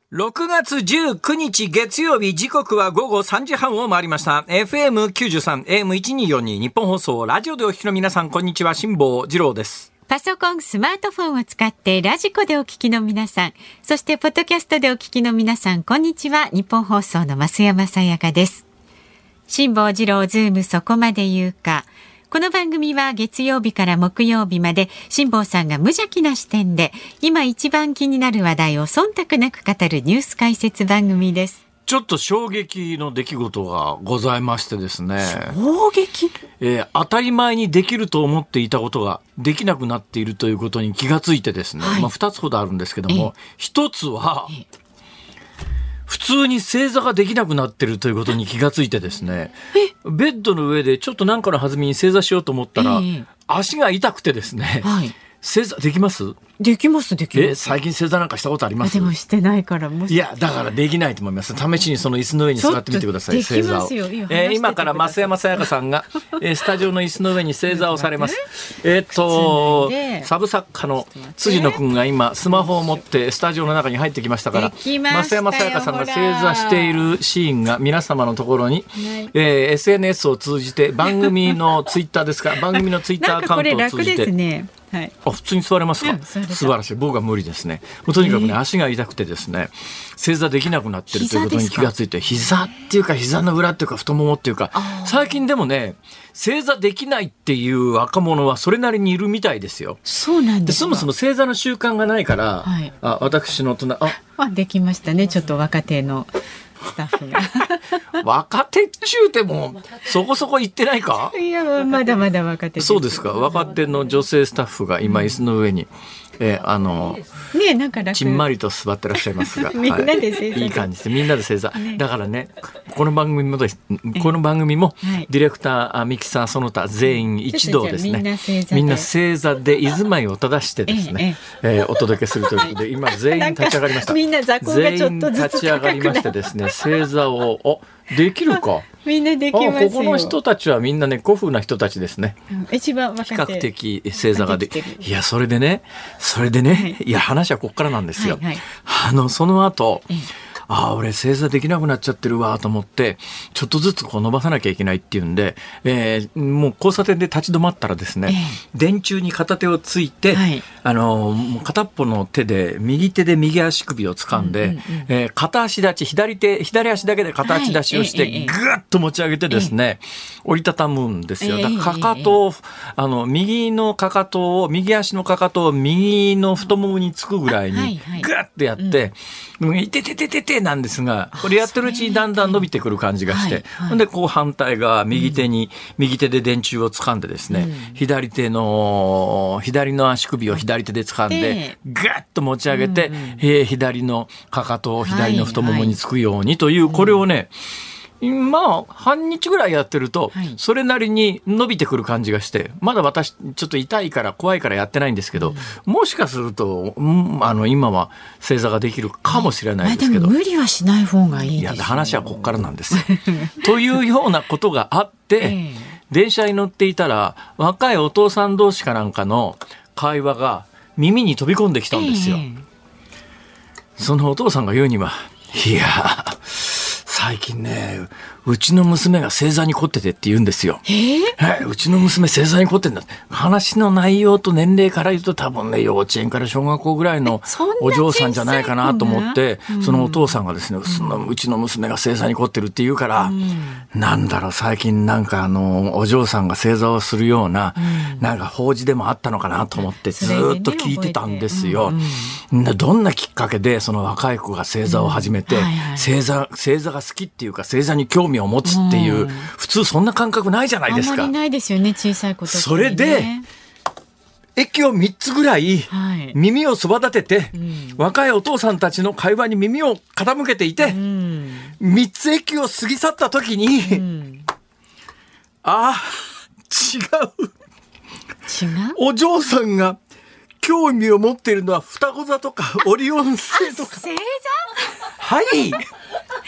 6月19日月曜日、時刻は午後3時半を回りました。 FM93 AM1242 日本放送、ラジオでお聞きの皆さん、こんにちは。辛坊治郎です。 パソコン、スマートフォンを使ってラジコでお聞きの皆さん、そしてポッドキャストでお聞きの皆さん、こんにちは。日本放送の増山さやかです。辛坊治郎ズームそこまで言うか。この番組は月曜日から木曜日まで辛坊さんが無邪気な視点で今一番気になる話題を忖度なく語るニュース解説番組です。 ちょっと衝撃の出来事がございましてですね。 衝撃、 当たり前にできると思っていたことができなくなっているということに気がついてですね、2つほどあるんですけども、1つは普通に正座ができなくなっているということに気がついてですね、ベッドの上でちょっと何かの弾みに正座しようと思ったら、足が痛くてですね、正座できます？ できます。 最近正座なんかしたことあります？ でもしてないから。 いや、だからできないと思います。試しにその椅子の上に座ってみてください。正座を。今から増山さやかさんがスタジオの椅子の上に正座をされます。サブ作家の辻野くんが今スマホを持ってスタジオの中に入ってきましたから、増山さやかさんが正座しているシーンが皆様のところに、SNS を通じて番組のツイッターですか、番組のツイッターアカウントを通じて普通に座れますか？素晴らしい。僕は無理ですね。とにかくね、足が痛くてですね、正座できなくなってるということに気がついて、膝っていうか膝の裏っていうか太ももっていうか、最近でもね、正座できないっていう若者はそれなりにいるみたいですよ。 そうなんですか。 そもそも正座の習慣がないから、私の隣できましたね。ちょっと若手のスタッフが若手っちゅうてもそこそこ行ってないか？ いや、まだまだ若手です。 そうですか。若手の女性スタッフが今椅子の上に、 なんかちんまりと座ってらっしゃいますがみんなで正座、 いい感じです。みんなで正座、だからね、この番組もディレクター、ミキサー、その他全員一同ですね、みんな正座で居住まいを正してですね、お届けするということで、今全員立ち上がりました。 みんな座高がちょっとずつ高くなって、 全員立ち上がりましてですね、正座をできるかみんなできますよ。 ここの人たちはみんなね、古風な人たちですね。 一番若手、 比較的正座ができる。いや、それでね、いや、話はここからなんですよ。その後、俺正座できなくなっちゃってるわと思って、ちょっとずつこう伸ばさなきゃいけないっていうんで、もう交差点で立ち止まったらですね、電柱に片手をついて、もう片っぽの手で右手で右足首を掴んで、片足立ち、左足だけで片足立ちをして、ぐっと持ち上げてですね、折りたたむんですよ。だからかかとを、右足のかかとを右の太ももにつくぐらいにぐっとやって、いてててててなんですが、これやってるうちにだんだん伸びてくる感じがして、でこう反対側右手で電柱を掴んでですね、左の足首を左手で掴んでぐっと持ち上げて、左のかかとを左の太ももにつくようにという、これをね、半日ぐらいやってるとそれなりに伸びてくる感じがして、まだ私ちょっと痛いから怖いからやってないんですけど、もしかすると、今は正座ができるかもしれないですけど、 でも無理はしない方がいいですよ。 いや、話はここからなんですよというようなことがあって、電車に乗っていたら若いお父さん同士かなんかの会話が耳に飛び込んできたんですよ。そのお父さんが言うには、いや最近ね、うちの娘が正座に凝っててって言うんですよ。うちの娘正座に凝ってんだ。話の内容と年齢から言うと多分ね、幼稚園から小学校ぐらいのお嬢さんじゃないかなと思って、そのお父さんがですね、うちの娘が正座に凝ってるって言うから、なんだろう、最近なんかお嬢さんが正座をするような、なんか法事でもあったのかなと思ってずっと聞いてたんですよ。どんなきっかけでその若い子が正座を始めて、正座が好きっていうか正座に興味を持つっていう、普通そんな感覚ないじゃないですか。 あんまりないですよね、小さい子とか、ね。 それで駅を3つぐらい耳をそば立てて、若いお父さんたちの会話に耳を傾けていて、3つ駅を過ぎ去った時に、違うお嬢さんが興味を持っているのは双子座とかオリオン星とか。 星座はい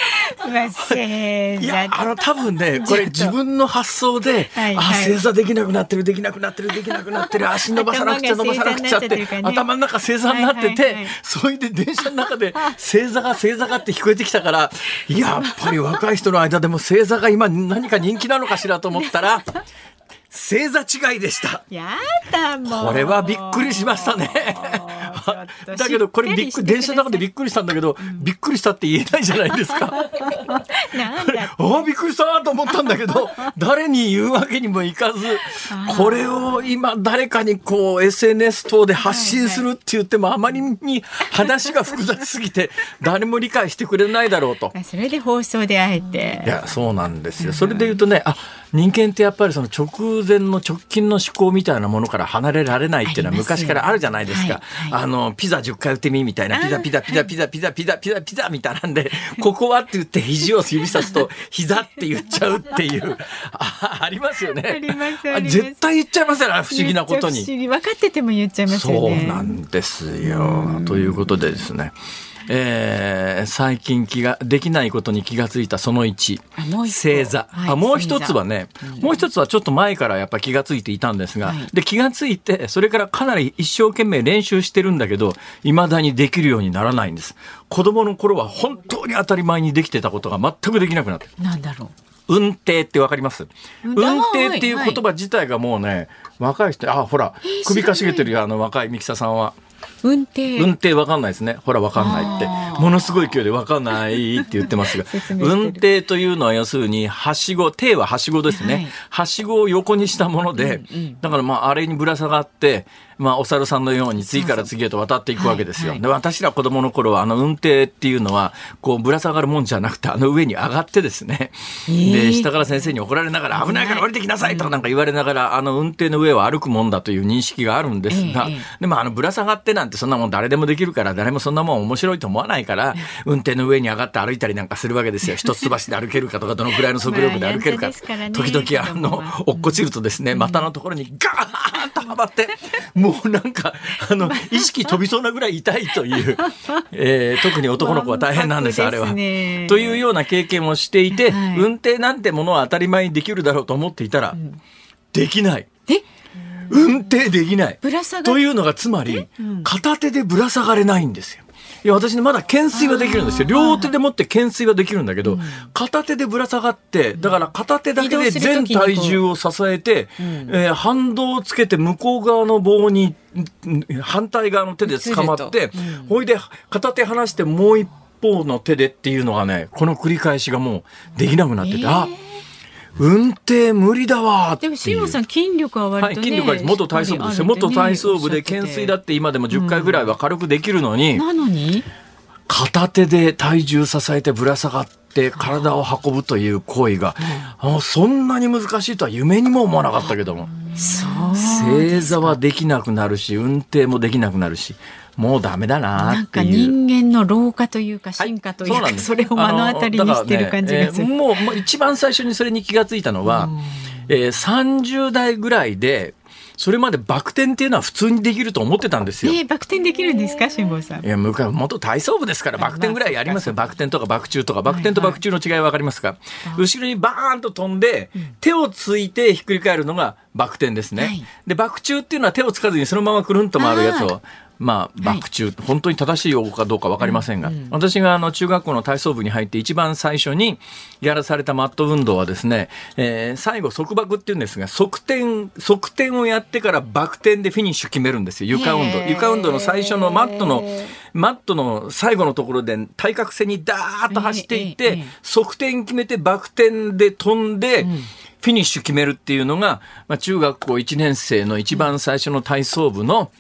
正座。 いや、多分ね、これ自分の発想で、正座できなくなってる、足伸ばさなくちゃって頭の中正座になってて、それで電車の中で正座がって聞こえてきたから、やっぱり若い人の間でも正座が今何か人気なのかしらと思ったら、正座違いでした。 やだもう。 これはびっくりしましたね。だけどこれ電車の中でびっくりしたんだけど、びっくりしたって言えないじゃないですか。 なんだびっくりしたと思ったんだけど、誰に言うわけにもいかず、これを今誰かにこう SNS 等で発信するって言ってもあまりに話が複雑すぎて誰も理解してくれないだろうと。 それで放送であえて。 いや、そうなんですよ。それで言うとね、人間ってやっぱりその直前の直近の思考みたいなものから離れられないっていうのは昔からあるじゃないですか。ピザ10回打ってみみたいな、ピザみたいなんで、ここはって言って肘を指さすと膝って言っちゃうっていうありますよね。 あります。 絶対言っちゃいますよね、不思議なことに。 分かってても言っちゃいますよね。 そうなんですよ。ということでですね、最近できないことに気がついたその1、正座。もう一つはね、もう一つはちょっと前からやっぱ気がついていたんですが、で気がついてそれからかなり一生懸命練習してるんだけど、未だにできるようにならないんです。子供の頃は本当に当たり前にできてたことが全くできなくなってる。 なんだろう。運転ってわかります？運転っていう言葉自体がもうね、若い人、ほら首かしげてるよ、若いミキサさんは。運転わかんないですね。ほらわかんないってものすごい勢いでわかんないって言ってますが、運転というのは要するにはしご、手ははしごですね、はしごを横にしたもので、だからあれにぶら下がって、お猿さんのように次から次へと渡っていくわけですよ。で、私ら子供の頃は運転っていうのはこうぶら下がるもんじゃなくて、上に上がってですね、で下から先生に怒られながら危ないから降りてきなさいとかなんか言われながら、運転の上を歩くもんだという認識があるんですが、でもぶら下がってなんてそんなもん誰でもできるから、誰もそんなもん面白いと思わないから、運転の上に上がって歩いたりなんかするわけですよ。一橋で歩けるかとか、どのくらいの速力で歩けるか、時々落っこちるとですね、股のところにガーンとはまって、もうなんか意識飛びそうなぐらい痛いという、特に男の子は大変なんです、あれは。というような経験をしていて、運転なんてものは当たり前にできるだろうと思っていたら、できない。運転できない。というのがつまり、片手でぶら下がれないんですよ。いや、私ね、まだ懸垂はできるんですよ。両手で持って懸垂はできるんだけど、片手でぶら下がって、だから片手だけで全体重を支えて、反動をつけて向こう側の棒に反対側の手で捕まって、ほいで片手離してもう一方の手でっていうのがね、この繰り返しがもうできなくなってて、運転無理だわっていう。 でも辛坊さん筋力は割とね、 筋力は元体操部ですよ。元体操部で懸垂だって今でも10回ぐらいは軽くできるのに、 なのに片手で体重支えてぶら下がって体を運ぶという行為が、そんなに難しいとは夢にも思わなかったけども、正座はできなくなるし、運転もできなくなるし、もうダメだなっていう。 なんか人間の老化というか進化というか、それを目の当たりにしてる感じがする。 もう一番最初にそれに気がついたのは、30代ぐらいで、それまでバク転っていうのは普通にできると思ってたんですよ。 バク転できるんですか、辛坊さん。 いや、元体操部ですから、バク転ぐらいやりますよ。バク転とかバク宙とか。バク転とバク宙の違い分かりますか？後ろにバーンと飛んで、手をついてひっくり返るのがバク転ですね。で、バク宙っていうのは手をつかずにそのままくるんと回るやつを、バク宙、本当に正しい用語かどうか分かりませんが、私が中学校の体操部に入って一番最初にやらされたマット運動はですね、最後側バクっていうんですが、側転をやってからバク転でフィニッシュ決めるんですよ。床運動の最初のマットの最後のところで対角線にダーッと走っていって、側転決めてバク転で飛んで、フィニッシュ決めるっていうのが、中学校1年生の一番最初の体操部の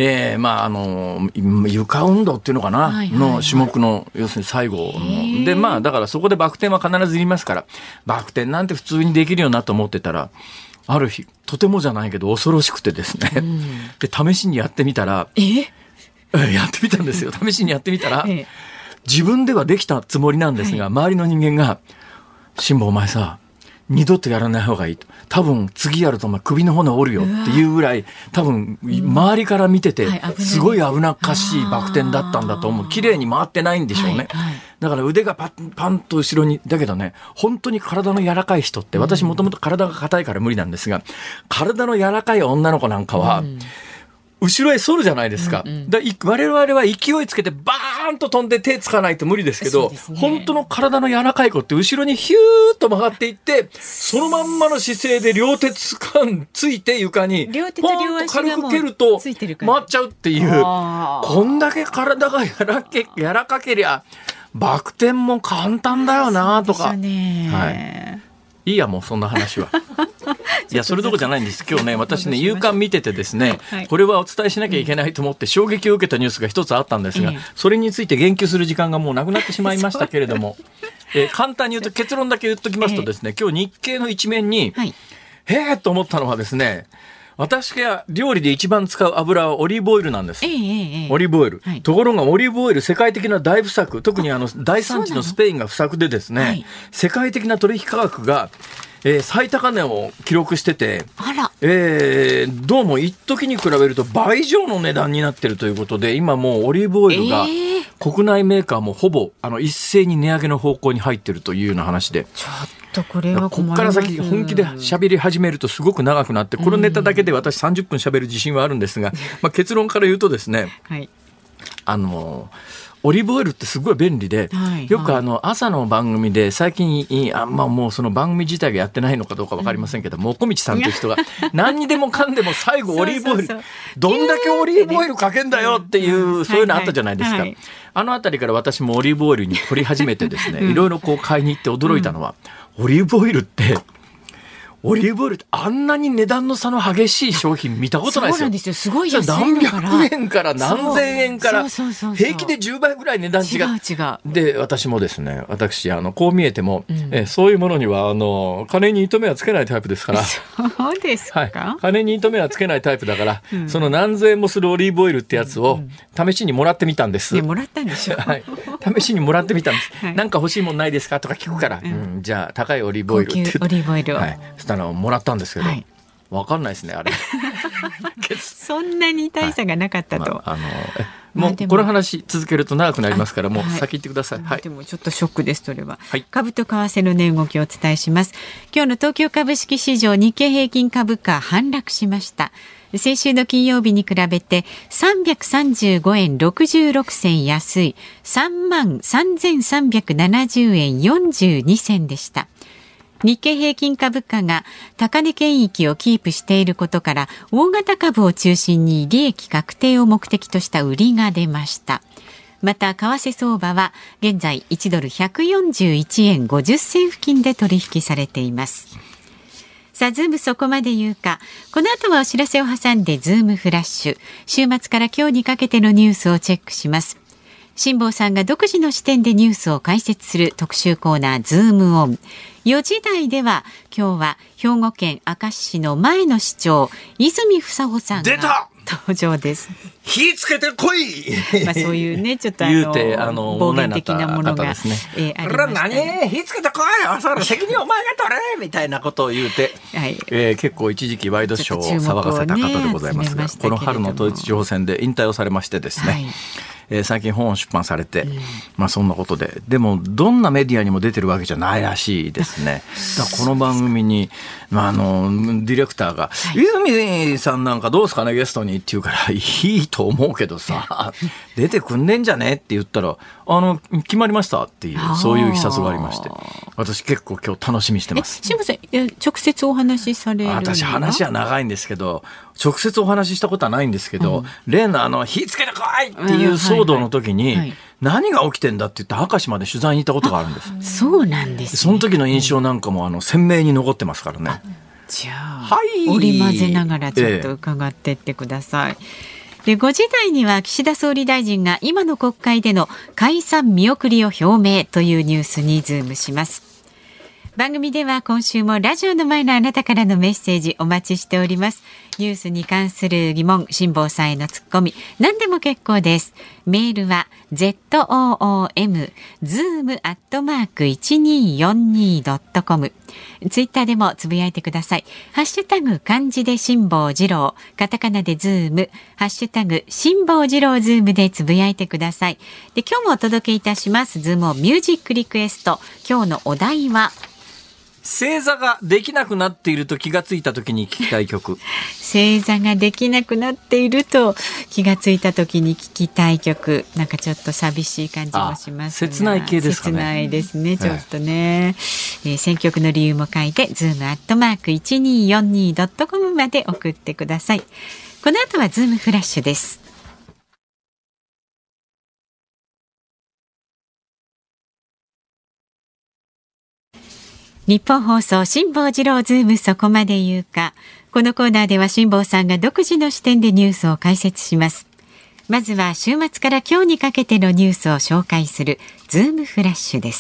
床運動っていうのかな、の種目の要するに最後ので、だからそこでバク転は必ずいりますから、バク転なんて普通にできるよなと思ってたら、ある日とてもじゃないけど恐ろしくてですね、で試しにやってみたら、やってみたんですよ。試しにやってみたら、自分ではできたつもりなんですが、周りの人間が、辛坊お前さ、 二度とやらない方がいいと。多分次やるとお前首の骨折るよっていうぐらい、多分周りから見ててすごい危なっかしいバク転だったんだと思う。綺麗に回ってないんでしょうね。だから腕がパンと後ろに、だけどね、本当に体の柔らかい人って、私もともと体が硬いから無理なんですが、体の柔らかい女の子なんかは、後ろへ反るじゃないですか。我々は勢いつけてバーンと飛んで手つかないと無理ですけど、本当の体の柔らかい子って後ろにヒューッと曲がっていって、そのまんまの姿勢で両手ついて床に、ポンと軽く蹴ると回っちゃうっていう、こんだけ体が柔らかけりゃ、バク転も簡単だよなとか。いいや、もうそんな話は。いや、それどころじゃないんです。今日ね、私ね、夕刊見ててですね、これはお伝えしなきゃいけないと思って衝撃を受けたニュースが一つあったんですが、それについて言及する時間がもうなくなってしまいましたけれども、簡単に言うと、結論だけ言っときますとですね、今日日経の一面に、へーと思ったのはですね、私が料理で一番使う油はオリーブオイルなんです。オリーブオイル。ところがオリーブオイル世界的な大不作、特に大産地のスペインが不作でですね、世界的な取引価格が、最高値を記録してて、どうも一時に比べると倍以上の値段になっているということで、今もうオリーブオイルが国内メーカーもほぼ一斉に値上げの方向に入っているというような話で、 これは困ります。 ここから先本気で喋り始めるとすごく長くなって、このネタだけで私30分喋る自信はあるんですが、結論から言うとですね、オリーブオイルってすごい便利で、よく朝の番組で最近もうその番組自体がやってないのかどうか分かりませんけど、もこみちさんという人が何にでもかんでも最後オリーブオイルどんだけオリーブオイルかけんだよっていうそういうのあったじゃないですか。あのあたりから私もオリーブオイルに凝り始めてですね、いろいろこう買いに行って驚いたのは、オリーブオイルってあんなに値段の差の激しい商品見たことないですよ。 そうなんですよ。すごい安いのから。 何百円から何千円から平気で10倍ぐらい値段違う。で、私もですね、こう見えても、そういうものには金に糸目はつけないタイプですから。 そうですか。 金に糸目はつけないタイプだから、その何千円もするオリーブオイルってやつを試しにもらってみたんです。 もらったんでしょ。 試しにもらってみたんです。なんか欲しいもんないですかとか聞くから、じゃあ高いオリーブオイルって。 オリーブオイルを。 もらったんですけど、分かんないですね、あれ。 そんなに大差がなかったと。 もうこの話続けると長くなりますから、もう先行ってください。 でもちょっとショックです、それは。株と為替の値動きをお伝えします。今日の東京株式市場、日経平均株価反落しました。先週の金曜日に比べて335円66銭安い 33,370円42銭でした。日経平均株価が高値圏域をキープしていることから、大型株を中心に利益確定を目的とした売りが出ました。また為替相場は現在1ドル141円50銭付近で取引されています。さあ、ズームそこまで言うか。この後はお知らせを挟んでズームフラッシュ、週末から今日にかけてのニュースをチェックします。辛坊さんが独自の視点でニュースを解説する特集コーナーズームオン。4時台では今日は兵庫県明石市の前の市長泉房穂さんが登場です。 火つけてこい。 そういうね、ちょっと暴言的なものがありましたね。 火つけてこい、それ責任お前が取れみたいなことを言うて、結構一時期ワイドショーを騒がせた方でございますが、この春の統一地方選で引退をされましてですね、最近本を出版されて、そんなことで、でもどんなメディアにも出てるわけじゃないらしいですね。だからこの番組に、ディレクターが、泉さんなんかどうですかねゲストにって言うから、いいと思うけどさ、出てくんねんじゃねって言ったら、決まりましたっていう、そういういきさつがありまして、私結構今日楽しみしてます。 辛坊さん、直接お話しされるのは？ 私話は長いんですけど、直接お話ししたことはないんですけど、例の火つけてこいっていう騒動の時に、何が起きてんだって言って明石まで取材に行ったことがあるんです。 そうなんですね。 その時の印象なんかも鮮明に残ってますからね。 じゃあ、織り交ぜながらちょっと伺っていってください。で、5時台には岸田総理大臣が今の国会での解散見送りを表明というニュースにズームします。 番組では今週もラジオの前のあなたからのメッセージお待ちしております。ニュースに関する疑問、辛坊さんへのツッコミ、何でも結構です。メールは zoom@1242.com、 ツイッターでもつぶやいてください。ハッシュタグ漢字で辛坊治郎、カタカナでズーム、ハッシュタグ辛坊治郎ズームでつぶやいてください。で、今日もお届けいたしますズームミュージックリクエスト。今日のお題は、 正座ができなくなっていると気がついた時に聞きたい曲。 正座ができなくなっていると気がついた時に聞きたい曲。なんかちょっと寂しい感じもしますが、 切ない系ですかね。 切ないですね、ちょっとね。選曲の理由も書いて zoom@1242.com まで送ってください。この後はズームフラッシュです。日本放送辛坊治郎ズームそこまで言うか。このコーナーでは辛坊さんが独自の視点でニュースを解説します。まずは週末から今日にかけてのニュースを紹介するズームフラッシュです。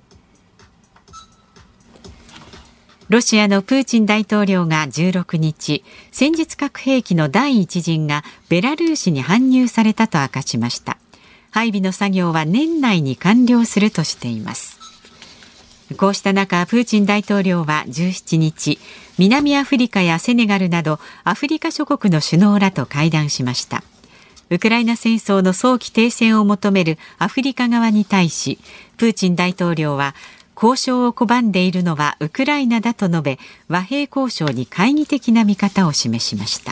ロシアのプーチン大統領が16日、戦術核兵器の第一陣がベラルーシに搬入されたと明かしました。配備の作業は年内に完了するとしています。こうした中、プーチン大統領は17日、南アフリカやセネガルなどアフリカ諸国の首脳らと会談しました。ウクライナ戦争の早期停戦を求めるアフリカ側に対し、プーチン大統領は交渉を拒んでいるのはウクライナだと述べ、和平交渉に懐疑的な見方を示しました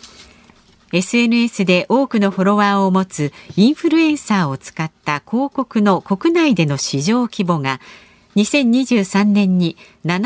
。SNS で多くのフォロワーを持つインフルエンサーを使った広告の国内での市場規模が2023年に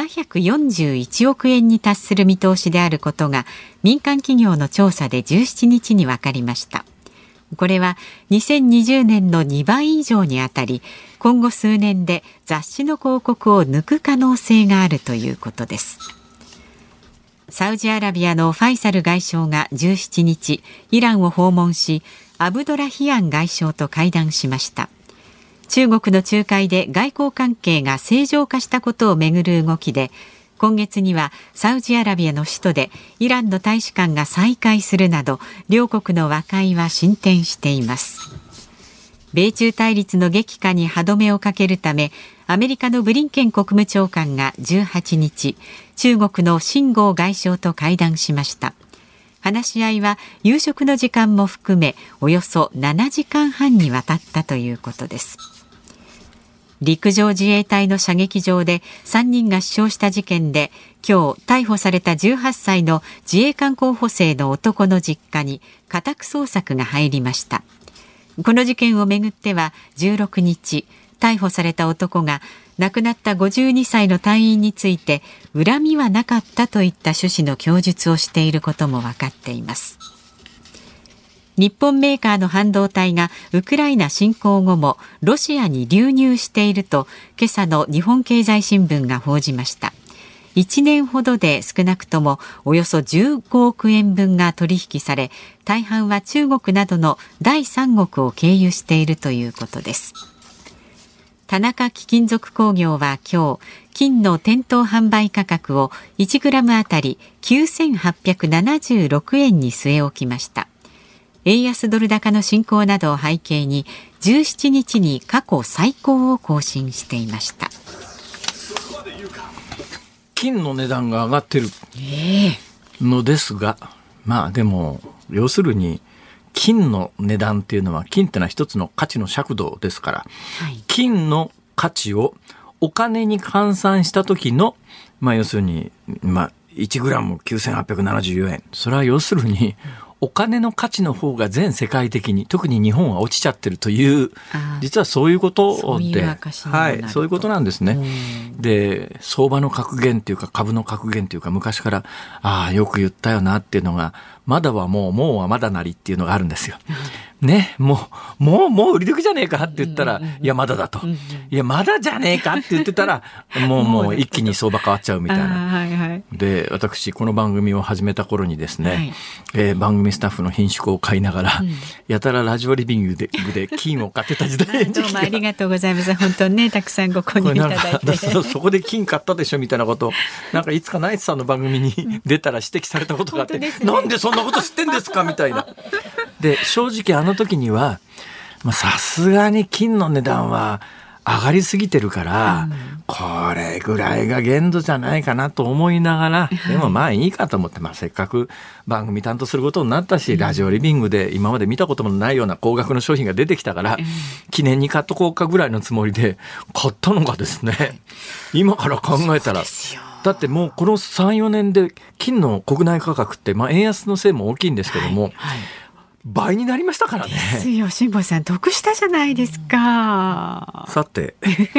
741億円に達する見通しであることが民間企業の調査で17日に分かりました。これは2020年の2倍以上にあたり、今後数年で雑誌の広告を抜く可能性があるということです。サウジアラビアのファイサル外相が17日、イランを訪問し、アブドラヒアン外相と会談しました。中国の仲介で外交関係が正常化したことをめぐる動きで、今月にはサウジアラビアの首都でイランの大使館が再開するなど、両国の和解は進展しています。米中対立の激化に歯止めをかけるため、アメリカのブリンケン国務長官が18日、中国の秦剛外相と会談しました。話し合いは夕食の時間も含めおよそ7時間半にわたったということです。陸上自衛隊の射撃場で3人が死傷した事件で、今日逮捕された18歳の自衛官候補生の男の実家に家宅捜索が入りました。この事件をめぐっては16日、逮捕された男が亡くなった52歳の隊員について恨みはなかったといった趣旨の供述をしていることも分かっています。日本メーカーの半導体がウクライナ侵攻後もロシアに流入していると今朝の日本経済新聞が報じました。1年ほどで少なくともおよそ15億円分が取引され、大半は中国などの第三国を経由しているということです。田中貴金属工業は今日、金の店頭販売価格を1グラムあたり9876円に据え置きました。円安ドル高の進行などを背景に17日に過去最高を更新していました。 金の値段が上がってるのですが、まあでも要するに金の値段っていうのは、金ってのは一つの価値の尺度ですから、はい、金の価値をお金に換算した時の、要するに、1グラム9874円。それは要するに、お金の価値の方が全世界的に、特に日本は落ちちゃってるという、実はそういうことで、そういうことなんですね。で、相場の格言っていうか、株の格言っていうか、昔から、よく言ったよなっていうのが、まだはもうはまだなりっていうのがあるんですよ。 ね、もう売り時じゃねえかって言ったら、いやまだだと、いやまだじゃねえかって言ってたらもう一気に相場変わっちゃうみたいな。 はいはい、 で私この番組を始めた頃にですね、番組スタッフの品種を買いながら、やたらラジオリビングで金を買ってた時代どうもありがとうございます。本当にね、たくさんご購入いただいてそこで金買ったでしょみたいなことなんかいつかナイツさんの番組に出たら指摘されたことがあって、なんでそんなこと知ってんですかみたいな。で正直あの時にはさすがに金の値段は上がりすぎてるから、これぐらいが限度じゃないかなと思いながら、でもまあいいかと思って、せっかく番組担当することになったし、ラジオリビングで今まで見たこともないような高額の商品が出てきたから、記念に買っとこうかぐらいのつもりで買ったのがですね、今から考えたらだってもうこの 3,4 年で金の国内価格って、円安のせいも大きいんですけども、倍になりましたからね。 ですよ、辛坊さん得したじゃないですか。 さて、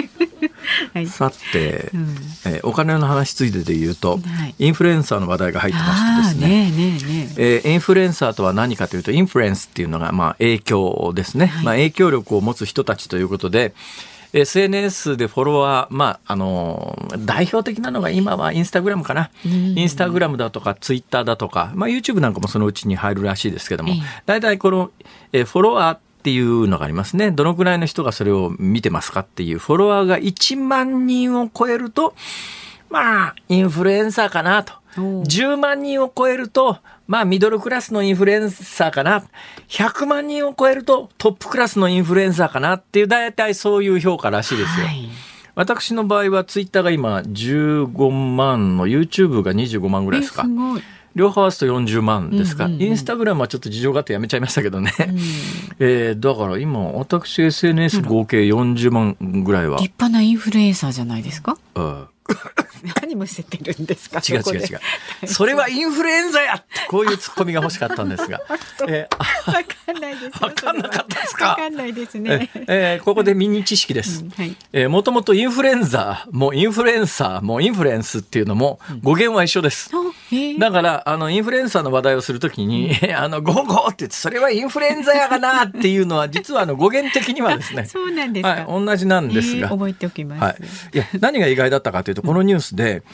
お金の話ついでで言うと、インフルエンサーの話題が入ってましてですね、インフルエンサーとは何かというと、インフルエンスっていうのが影響ですね、影響力を持つ人たちということで、SNS でフォロワー、代表的なのが今はインスタグラムかな、インスタグラムだとかツイッターだとか、YouTube なんかもそのうちに入るらしいですけども、だいたいこの、フォロワーっていうのがありますね。どのくらいの人がそれを見てますかっていう、フォロワーが1万人を超えるとインフルエンサーかなと。10万人を超えるとミドルクラスのインフルエンサーかな、100万人を超えるとトップクラスのインフルエンサーかなっていう、だいたいそういう評価らしいですよ。私の場合はツイッターが今15万の YouTube が25万ぐらいですか。両方合わせると40万ですか。インスタグラムはちょっと事情があってやめちゃいましたけどね、だから今私 SNS 合計40万ぐらいは、 立派なインフルエンサーじゃないですか。何むせてるんですか。 違うそれはインフルエンザやって、こういうツッコミが欲しかったんですが分かんないです。 分かんなかったですか。 分かんないですね。 ここでミニ知識です。もともとインフルエンザもインフルエンサーもインフルエンスっていうのも語源は一緒です。だからインフルエンサーの話題をするときにゴーゴーって言ってそれはインフルエンザやがなっていうのは実は語源的にはですねそうなんですか。 同じなんですが、 覚えておきます。 いや何が意外だったかというと、このニュースで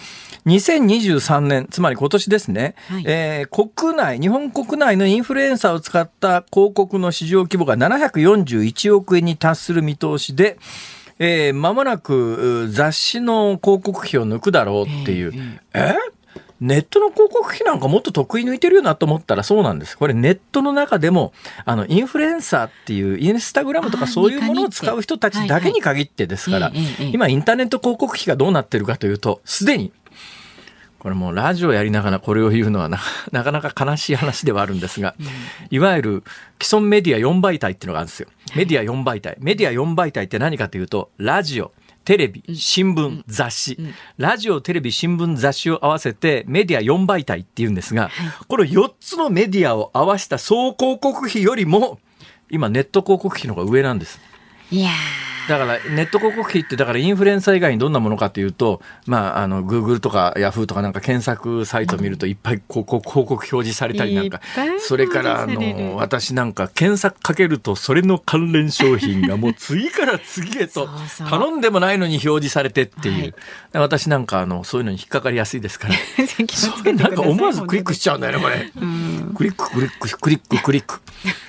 2023年つまり今年ですね、日本国内のインフルエンサーを使った広告の市場規模が741億円に達する見通しで、間もなく雑誌の広告費を抜くだろうっていう、ネットの広告費なんかもっと得意抜いてるよなと思ったらそうなんです。これネットの中でもインフルエンサーっていうインスタグラムとかそういうものを使う人たちだけに限ってですから、今インターネット広告費がどうなってるかというと、すでにこれもうラジオやりながらこれを言うのはなかなか悲しい話ではあるんですが、いわゆる既存メディア4媒体っていうのがあるんですよ。メディア4媒体って何かというと、ラジオ、テレビ、新聞、雑誌、ラジオ、テレビ、新聞、雑誌を合わせてメディア4媒体っていうんですが、この4つのメディアを合わせた総広告費よりも今ネット広告費の方が上なんです。 いやだからネット広告費ってだからインフルエンサー以外にどんなものかというと、Google とか Yahoo とかなんか検索サイトを見るといっぱい広告表示されたりなんか、それから私なんか検索かけるとそれの関連商品がもう次から次へと頼んでもないのに表示されてっていう、私なんかそういうのに引っかかりやすいですからそれなんか思わずクリックしちゃうんだよねこれ。クリック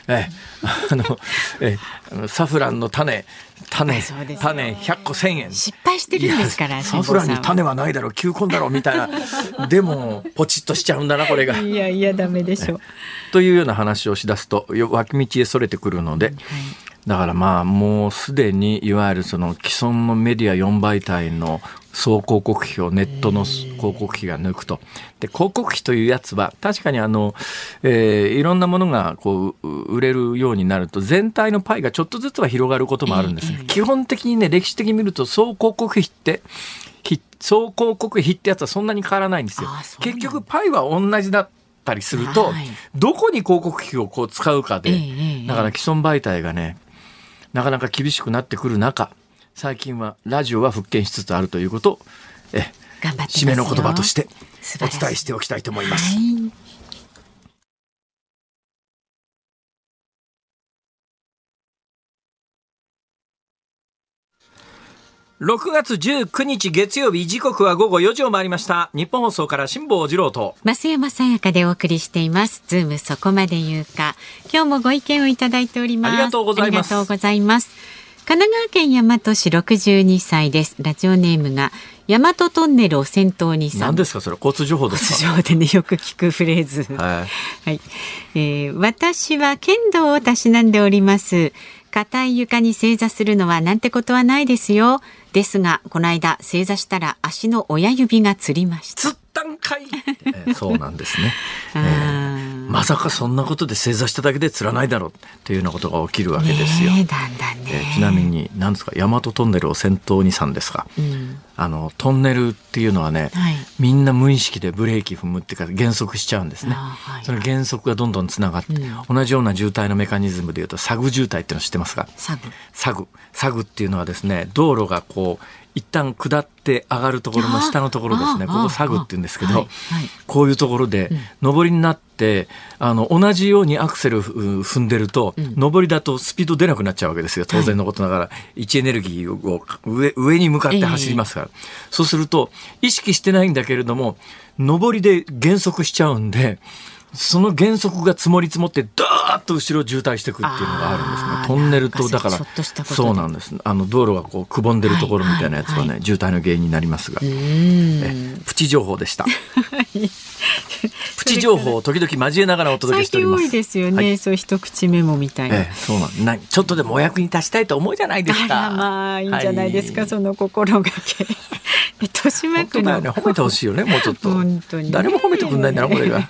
サフランの種100個1000円、 失敗してるんですから。 サフランに種はないだろう、球根だろうみたいなでもポチッとしちゃうんだなこれが。 いやダメでしょというような話をしだすと脇道へそれてくるので、だからもうすでにいわゆるその既存のメディア4媒体の総広告費をネットの広告費が抜くと。で広告費というやつは確かにいろんなものがこう売れるようになると全体のパイがちょっとずつは広がることもあるんですが、基本的にね歴史的に見ると総広告費ってやつはそんなに変わらないんですよ。結局パイは同じだったりすると、どこに広告費をこう使うかで、だから既存媒体がねなかなか厳しくなってくる中、最近はラジオは復権しつつあるということを締めの言葉としてお伝えしておきたいと思います。 6月19日月曜日、時刻は午後4時を回りました。日本放送から辛坊治郎と増山さやかでお送りしています。ズームそこまで言うか。今日もご意見をいただいております。 ありがとうございます。 ありがとうございます。神奈川県大和市62歳です。ラジオネームが大和トンネルを先頭にさん。 何ですかそれ、交通情報ですか？ 交通情報でね、よく聞くフレーズ。はい。私は剣道をたしなんでおります。硬い床に正座するのはなんてことはないですよ。ですがこの間正座したら足の親指がつりました。 つったんかいそうなんですね。まさかそんなことで正座しただけでつらないだろうっていうようなことが起きるわけですよ。 だんだんね。 ちなみに何ですか、大和トンネルを先頭にさんですか、トンネルっていうのはね、みんな無意識でブレーキ踏むっていうか減速しちゃうんですね。その減速がどんどんつながって、同じような渋滞のメカニズムでいうとサグ渋滞っていうのを知ってますか？サグっていうのはですね、道路がこう一旦下って上がるところの下のところですね。ここサグって言うんですけど、こういうところで上りになって同じようにアクセル踏んでると、上りだとスピード出なくなっちゃうわけですよ。当然のことながら位置エネルギーを上に向かって走りますから、そうすると意識してないんだけれども上りで減速しちゃうんで、その減速が積もり積もってダーッと後ろ渋滞していくっていうのがあるんですね。トンネルとだからそうなんです。道路がこうくぼんでるところみたいなやつはね、渋滞の原因になりますが、プチ情報でした。プチ情報を時々交えながらお届けしております。 最近多いですよね、そう一口メモみたいな。 そうなんちょっとでもお役に立ちたいと思うじゃないですか。 まあいいんじゃないですか、その心がけ。豊島区の褒めてほしいよね、もうちょっと。本当に誰も褒めてくんないんだなこれが。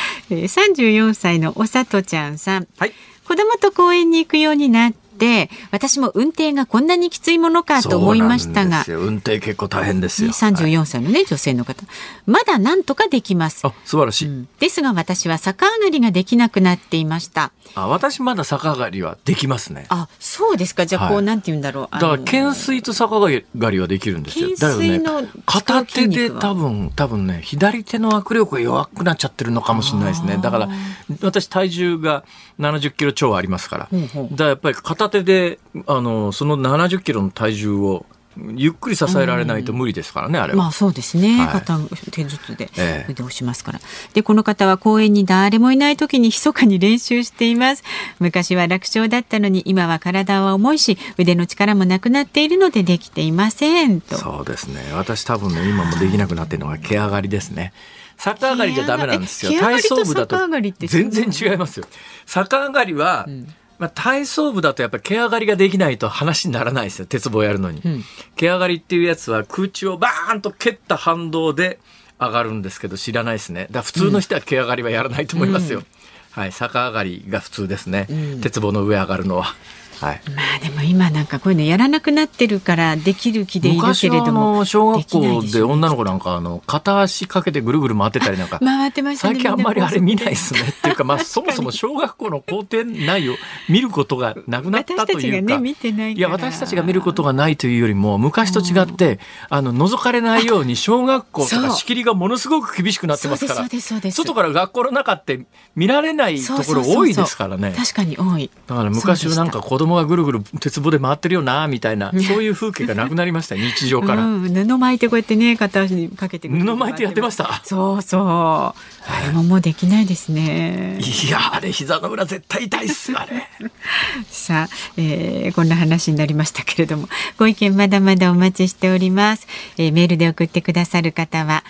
34歳のおさとちゃんさん、子供と公園に行くようになって私も運転がこんなにきついものかと思いましたが、 運転結構大変ですよ。 34歳のね、女性の方、まだなんとかできます。 素晴らしい、 ですが私は逆上がりができなくなっていました。 私まだ逆上がりはできますね。 そうですか。じゃあこう、なんて言うんだろう、 だから懸垂と逆上がりはできるんですよ。だけどね、片手で多分ね、左手の握力が弱くなっちゃってるのかもしれないですね。だから私体重が70キロ超ありますから、だからやっぱり片手でその70キロの体重をゆっくり支えられないと無理ですからね、あれは。 そうですね、片手ずつで腕をしますから。でこの方は公園に誰もいない時に密かに練習しています。昔は楽勝だったのに今は体は重いし腕の力もなくなっているのでできていませんと。 そうですね、私多分ね今もできなくなっているのが毛上がりですね。逆上がりじゃダメなんですよ。体操部だと全然違いますよ。逆上がりは、体操部だとやっぱり毛上がりができないと話にならないですよ。鉄棒やるのに、毛上がりっていうやつは空中をバーンと蹴った反動で上がるんですけど、知らないですね。だから普通の人は毛上がりはやらないと思いますよ。逆上がりが普通ですね、鉄棒の上上がるのは。 でも今なんかこういうのやらなくなってるからできる気でいるけれども、 昔は小学校で女の子なんか片足かけてぐるぐる回ってたりなんか回ってましたね。 最近あんまりあれ見ないですね。っていうかそもそも小学校の校庭内を見ることがなくなったというか、私たちが見ることがないというよりも昔と違って覗かれないように小学校とか仕切りがものすごく厳しくなってますから、外から学校の中って見られないところ多いですからね。 確かに多い。 だから昔はなんか子供がぐるぐる鉄棒で回ってるよなみたいな、そういう風景がなくなりました日常から。 布巻いてこうやってね、片足にかけて布巻いてやってました。 そうそう、あれももうできないですね。 いや、あれ膝の裏絶対痛いっすあれ。 さあ、こんな話になりましたけれども、ご意見まだまだお待ちしております。メールで送ってくださる方は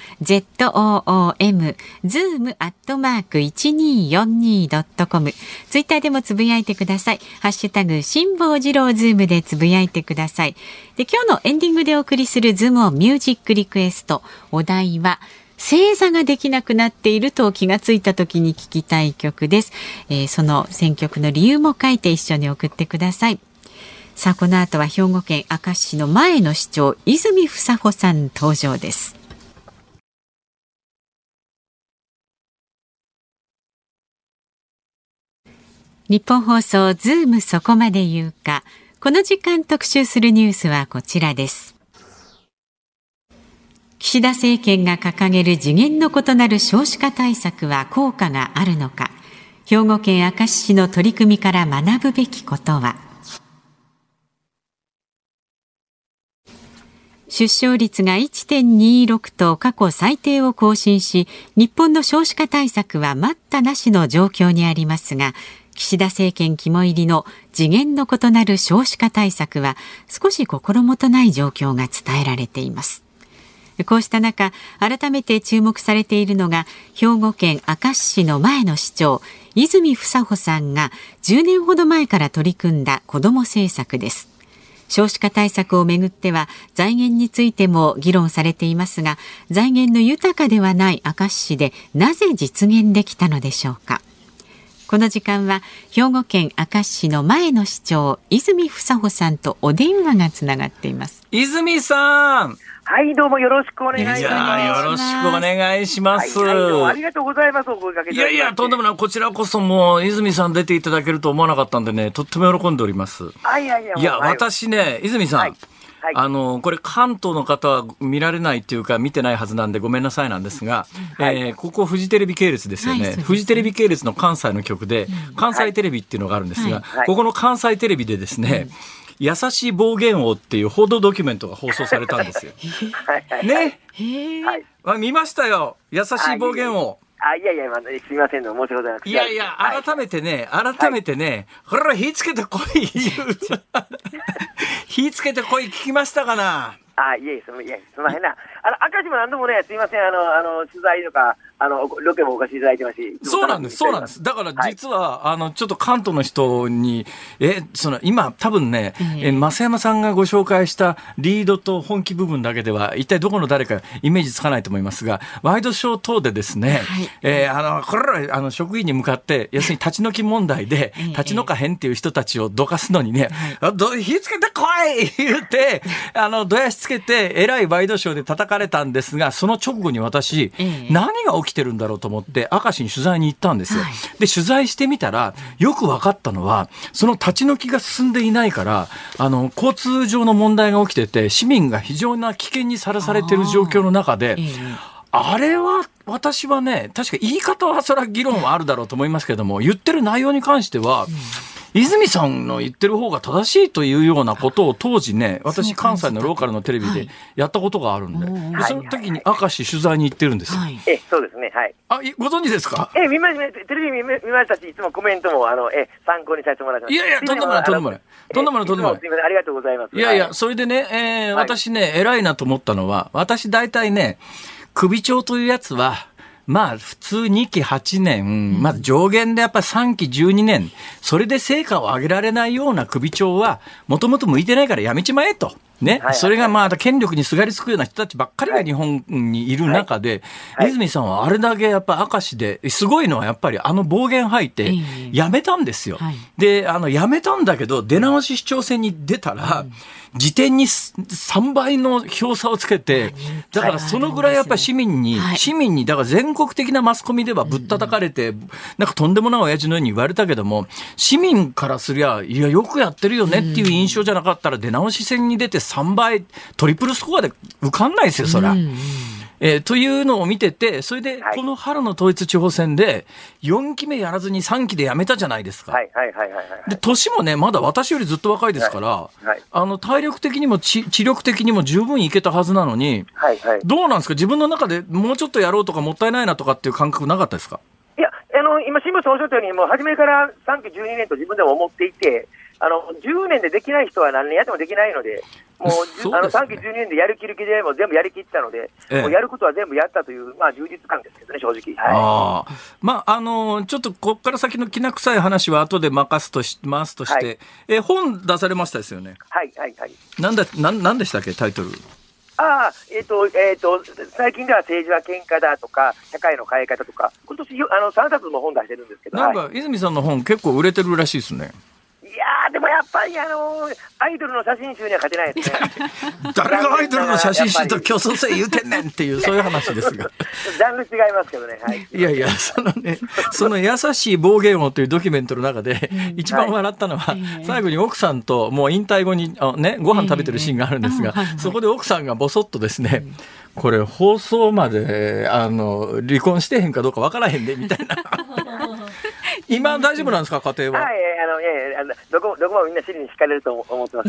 ZOOM zoom@1242.com、 ツイッターでもつぶやいてください。ハッシュタグ辛坊治郎ズームでつぶやいてください。で今日のエンディングでお送りするズームオンミュージックリクエスト、お題は正座ができなくなっていると気がついた時に聴きたい曲です。その選曲の理由も書いて一緒に送ってください。さあこの後は兵庫県明石市の前の市長泉房穂さん登場です。日本放送ズームそこまで言うか。この時間特集するニュースはこちらです。岸田政権が掲げる次元の異なる少子化対策は効果があるのか。兵庫県明石市の取り組みから学ぶべきことは。 出生率が 1.26 と過去最低を更新し、日本の少子化対策は待ったなしの状況にありますが、岸田政権肝入りの次元の異なる少子化対策は少し心もとない状況が伝えられています。こうした中、改めて注目されているのが兵庫県明石市の前の市長、泉房穂さんが10年ほど前から取り組んだ子ども政策です。少子化対策をめぐっては財源についても議論されていますが、財源の豊かではない明石市でなぜ実現できたのでしょうか。この時間は兵庫県明石市の前の市長、泉房穂さんとお電話がつながっています。 泉さん。 はい、どうもよろしくお願いします。 よろしくお願いします。 はい、どうもありがとうございます。お声かけていただきまして。 いや、とんでもない。こちらこそもう泉さん出ていただけると思わなかったんでね、とっても喜んでおります。いや、私ね、泉さん、これ関東の方は見られないっていうか見てないはずなんでごめんなさいなんですが、ここフジテレビ系列ですよね。フジテレビ系列の関西の局で関西テレビっていうのがあるんですが、ここの関西テレビでですね、優しい暴言王っていう報道ドキュメントが放送されたんですよ。ね。見ましたよ。優しい暴言王。 いや、すみません、申し訳ございません。 いや、改めてね、ほら、火つけてこい。火つけてこい聞きましたかな。 いえ、すみませんな。明石も何度もね、すみません、取材とか、ロケもお貸しいただいてますし。 そうなんです。だから実は、ちょっと関東の人に、今、多分ね、増山さんがご紹介したリードと本気部分だけでは、一体どこの誰かイメージつかないと思いますが、ワイドショー等でですね、これら、職員に向かって、要するに立ち退き問題で、立ち退かへんっていう人たちをどかすのにね、火つけてこい言って、どやしつけて、えらいワイドショーで叩かれたんですが、その直後に私、何が起きてるんだろうと思って明石に取材に行ったんですよ。で、取材してみたらよく分かったのは、その立ち退きが進んでいないから、交通上の問題が起きてて、市民が非常な危険にさらされている状況の中で、あれは私はね、確か言い方はそれは議論はあるだろうと思いますけども、言ってる内容に関しては、泉さんの言ってる方が正しいというようなことを当時ね、私関西のローカルのテレビでやったことがあるんで、その時に明石取材に行ってるんですよ。 そうですね。 ご存知ですか？ テレビ見ましたし、いつもコメントも参考にさせてもらってます。 いや、とんでもない。すみません、 ありがとうございます。 いや、それでね、私ね、偉いなと思ったのは、私大体ね、首長というやつは、普通2期8年、上限でやっぱ3期12年、それで成果を上げられないような首長は、もともと向いてないからやめちまえと。ね。それが権力にすがりつくような人たちばっかりが日本にいる中で、泉さんはあれだけやっぱ明石で、すごいのはやっぱり暴言吐いて、やめたんですよ。で、やめたんだけど、出直し市長選に出たら、時点に3倍の票差をつけて、だからそのぐらいやっぱり市民に、だから全国的なマスコミではぶったたかれて、なんかとんでもない親父のように言われたけども、市民からすりゃ、いや、よくやってるよねっていう印象じゃなかったら、出直し戦に出て3倍、トリプルスコアで受かんないですよ、そりゃ。というのを見てて、それでこの春の統一地方選で4期目やらずに3期でやめたじゃないですか。で、年もね、まだ私よりずっと若いですから、体力的にも知力的にも十分いけたはずなのに、どうなんですか、自分の中でもうちょっとやろうとかもったいないなとかっていう感覚なかったですか？ いや、今新聞さんおっしゃったように、もう初めから3期12年と自分でも思っていて、10年でできない人は何年やってもできないので、もう3期12年でやる気る気でもう全部やりきったので、もうやることは全部やったという、充実感ですけどね、正直。 ちょっとここから先のきな臭い話は後で回すとして、本出されましたですよね。何でしたっけ、タイトル。最近では政治は喧嘩だとか、社会の変え方とか、今年3冊も本出してるんですけど。なんか泉さんの本結構売れてるらしいですね。 いやー、でもやっぱりアイドルの写真集には勝てないですね。 誰がアイドルの写真集と競争性言うてんねんっていう、そういう話ですが。 ジャンル違いますけどね。 いや、その優しい暴言王というドキュメントの中で、一番笑ったのは、最後に奥さんともう引退後にご飯食べてるシーンがあるんですが、そこで奥さんがボソッとですね、これ放送まで離婚してへんかどうかわからへんでみたいな。今大丈夫なんですか、家庭は。 どこもみんな尻に敷かれると思ってます。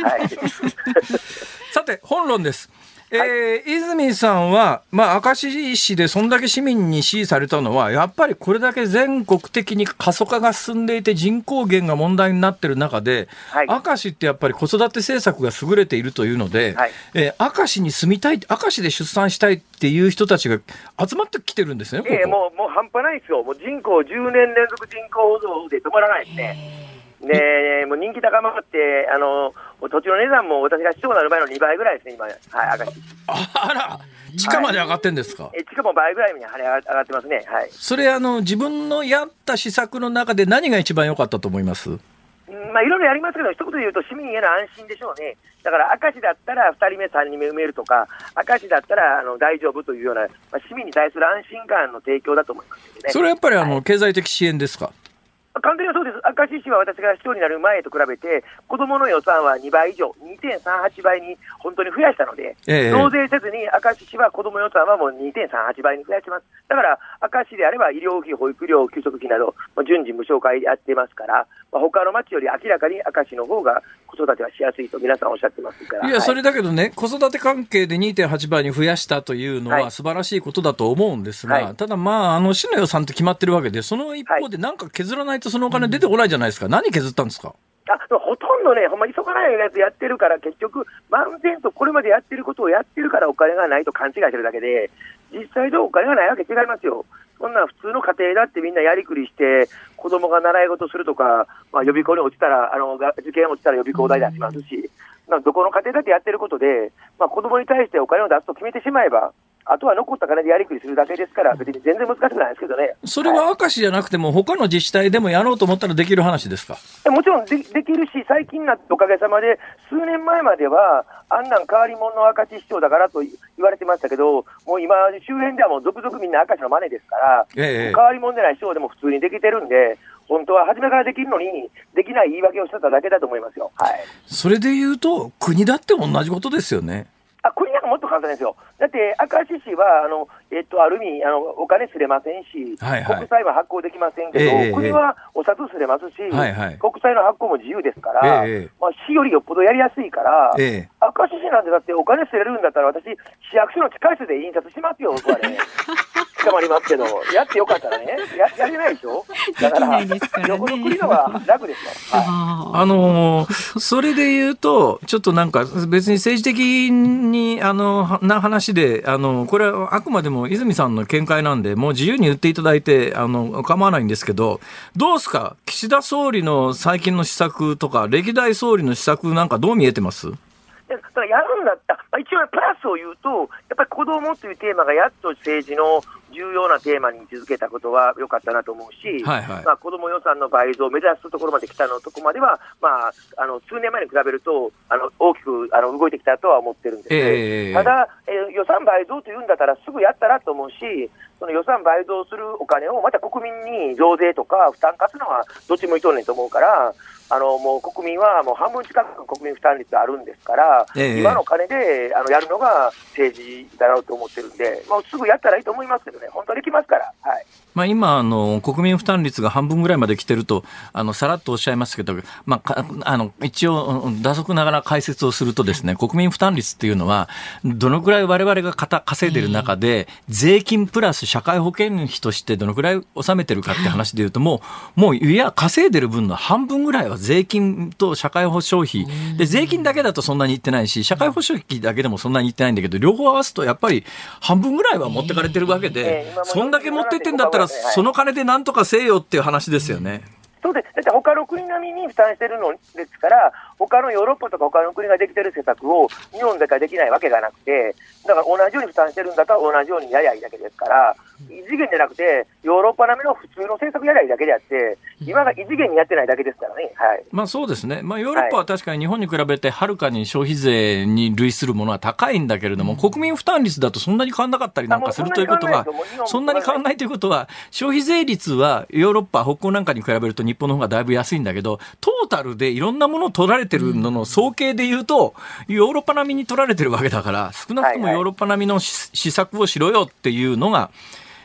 はい、 さて本論です。泉さんは、明石市でそんだけ市民に支持されたのはやっぱりこれだけ全国的に過疎化が進んでいて人口減が問題になっている中で、明石ってやっぱり子育て政策が優れているというので、明石に住みたい、明石で出産したいっていう人たちが集まってきてるんですね。 もう半端ないですよ。もう人口10年連続人口増で止まらないですね。もう人気高まって土地の値段も私が市長になる前の2倍ぐらいですね、今。はい、明石。 あら、地価まで上がってんですか。 地価も倍ぐらいに上がってますね。はい。 それ自分のやった施策の中で何が一番良かったと思います？ いろいろやりますけど、一言で言うと市民への安心でしょうね。だから明石だったら2人目3人目埋めるとか、明石だったら大丈夫というような、市民に対する安心感の提供だと思いますね。 それはやっぱり経済的支援ですか？ 完全にそうです。明石市は私が市長になる前と比べて子どもの予算は2倍以上 2.38 倍に本当に増やしたので、増税せずに明石市は子ども予算はもう 2.38 倍に増やします。だから明石であれば医療費、保育料、給食費など順次無償化やってますから、他の町より明らかに明石の方が子育てはしやすいと皆さんおっしゃってますから。 いや、それだけどね、子育て関係で 2.8 倍に増やしたというのは素晴らしいことだと思うんですが、ただ市の予算って決まってるわけで、その一方でなんか削らないとそのお金出てこないじゃないですか。何削ったんですか？ ほとんどね、ほんま急がないやつやってるから、結局漫然とこれまでやってることをやってるからお金がないと勘違いしてるだけで、実際お金がないわけ違いますよ。そんな普通の家庭だってみんなやりくりして子供が習い事するとか、予備校に落ちたら受験落ちたら予備校代出しますし、どこの家庭だってやってることで、子供に対してお金を出すと決めてしまえば、あとは残った金でやりくりするだけですから、別に全然難しくないですけどね。 それは明石じゃなくても、他の自治体でもやろうと思ったらできる話ですか？ もちろん できるし、最近になっておかげさまで、数年前までは、あんなん変わり者の明石市長だからと言われてましたけど、もう今、周辺ではもう続々みんな明石の真似ですから、変わり者でない市長でも普通にできてるんで、本当は初めからできるのに、できない言い訳をしてただけだと思いますよ。はい。 それで言うと、国だって同じことですよね。 国なんかもっと簡単ですよ。だって明石市はある意味お金すれませんし、国債は発行できませんけど、国はお札すれますし、国債の発行も自由ですから、市よりよっぽどやりやすいから、明石市なんてだってお金すれるんだったら、私市役所の地下室で印刷しますよ。僕はね捕まりますけど、やってよかったらね、やれないでしょ。だからよほど国の方が楽ですよ。 それで言うと、ちょっとなんか別に政治的にな話で、これはあくまでも泉さんの見解なんで、もう自由に言っていただいて構わないんですけど、どうですか、岸田総理の最近の施策とか歴代総理の施策なんかどう見えてます？ だからやるんだったら、一応プラスを言うと、やっぱり子どもというテーマがやっと政治の重要なテーマに位置づけたことは良かったなと思うし、子ども予算の倍増を目指すところまで来たのとこまでは、数年前に比べると大きく動いてきたとは思ってるんです、ただ、予算倍増というんだったらすぐやったらと思うし、その予算倍増するお金をまた国民に増税とか負担課すのはどっちもいとんねんと思うから、もう国民はもう半分近く国民負担率あるんですから、今の金でやるのが政治だろうと思ってるんで、すぐやったらいいと思いますけどね、本当にできますから。 今国民負担率が半分ぐらいまで来てるとさらっとおっしゃいますけど、一応打足ながら解説をするとですね、国民負担率っていうのはどのくらい我々が稼いでる中で税金プラス社会保険費としてどのくらい納めてるかって話でいうと、もういや稼いでる分の半分ぐらいは税金と社会保障費で、税金だけだとそんなにいってないし、社会保障費だけでもそんなにいってないんだけど、両方合わすとやっぱり半分ぐらいは持ってかれてるわけで、そんだけ持ってってんだったらその金でなんとかせよっていう話ですよね。 そうです。だって他の国並みに負担してるのですから、他のヨーロッパとか他の国ができてる施策を日本だけはできないわけがなくて、だから同じように負担してるんだったら同じようにやりゃいいだけですから、異次元じゃなくてヨーロッパ並みの普通の政策やりゃいいだけであって、今が異次元にやってないだけですからね。 そうですね。ヨーロッパは確かに日本に比べてはるかに消費税に類するものは高いんだけれども、国民負担率だとそんなに変わんなかったりなんかするということは、そんなに変わんないということは、消費税率はヨーロッパ、北欧なんかに比べると日本の方がだいぶ安いんだけど、トータルでいろんなものを取られてるのの総計で言うと、ヨーロッパ並みに取られてるわけだから、少なくともヨーロッパ並みの施策をしろよっていうのが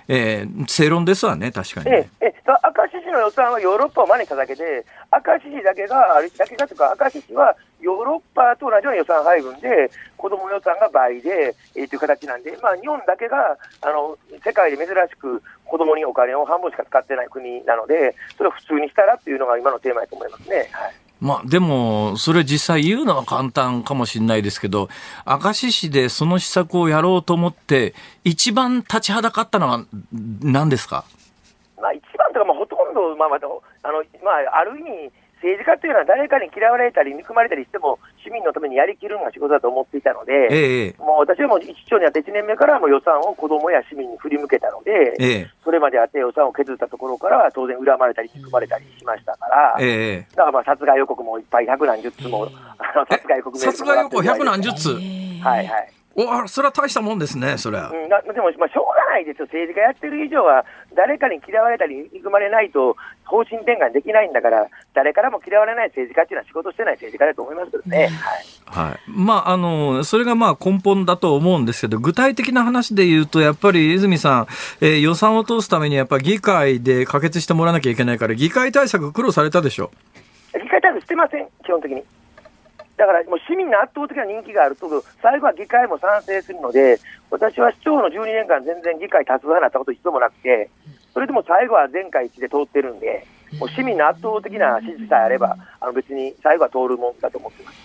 正論ですわね、確かにね。 明石市の予算はヨーロッパを真似しただけで、明石市だけがというか、明石市はヨーロッパと同じような予算配分で、子ども予算が倍で、という形なんで、日本だけが世界で珍しく子どもにお金を半分しか使ってない国なので、それを普通にしたらっていうのが今のテーマだと思いますね。 でも、それ実際言うのは簡単かもしれないですけど、明石市でその施策をやろうと思って、一番立ちはだかったのは何ですか？ 一番というか、ほとんど、ある意味、政治家というのは誰かに嫌われたり憎まれたりしても市民のためにやりきるのが仕事だと思っていたので、もう私はもう市長になって1年目からもう予算を子どもや市民に振り向けたので、それまであって予算を削ったところからは当然恨まれたり憎まれたりしましたから、だから殺害予告もいっぱい百何十通も殺害予告百何十通、それは大したもんですね、それは。 でも、しょうがないですよ、政治家やってる以上は、誰かに嫌われたり憎まれないと、方針転換できないんだから、誰からも嫌われない政治家っていうのは仕事してない政治家だと思いますけどね。 それが根本だと思うんですけど、具体的な話で言うと、やっぱり泉さん、予算を通すために、やっぱり議会で可決してもらわなきゃいけないから、議会対策、苦労されたでしょ？ 議会対策してません、基本的に。だからもう市民の圧倒的な人気があると、最後は議会も賛成するので、私は市長の12年間、全然議会多数派になったこと一度もなくて、それでも最後は全会一致で通ってるんで、もう市民の圧倒的な支持さえあれば、別に最後は通るもんだと思ってます。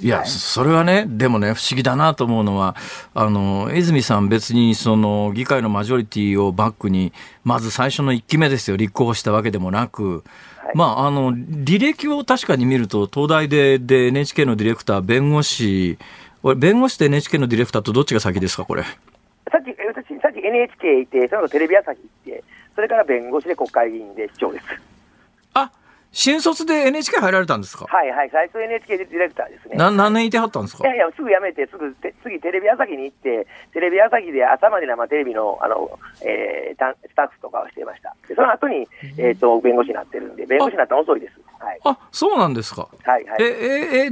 いや、それはね、でもね、不思議だなと思うのは、泉さん、別にその議会のマジョリティをバックに、まず最初の1期目ですよ、立候補したわけでもなく、履歴を確かに見ると、東大で NHK のディレクター、弁護士と NHK のディレクターとどっちが先ですか、これ。 さっき NHK 行って、その後テレビ朝日行って、それから弁護士で国会議員で市長です。 新卒で NHK 入られたんですか？ はい、最初 NHK でディレクターですね。 何年いてはったんですか？ いや、すぐ辞めて、次テレビ朝日に行って、テレビ朝日で朝まで生テレビの、スタッフとかをしていました。でその後に、弁護士になってるんで、弁護士になったの遅いです。 そうなんですか。 で、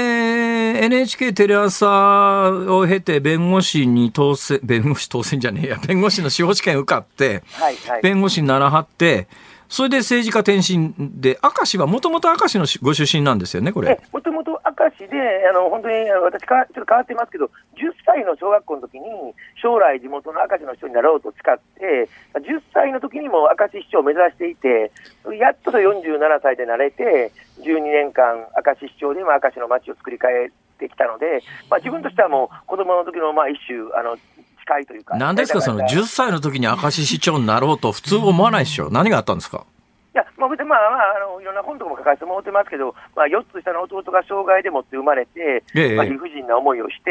NHK テレ朝を経て弁護士じゃねえや、弁護士の司法試験受かって、弁護士にならはって、それで政治家転身で、明石はもともと明石のご出身なんですよね、これ。 もともと明石で、本当に私ちょっと変わってますけど、10歳の小学校の時に、将来地元の明石の人になろうと誓って、10歳の時にも明石市長を目指していて、やっと47歳でなれて、12年間明石市長で明石の街を作り変えてきたので、自分としてはもう子供の時の一種、というか。 何ですか、その10歳の時に明石市長になろうと普通思わないでしょ。何があったんですか？ いや、いろんな本とかも書かせてもらってますけど、4つ下の弟が障害でもって生まれて、理不尽な思いをして、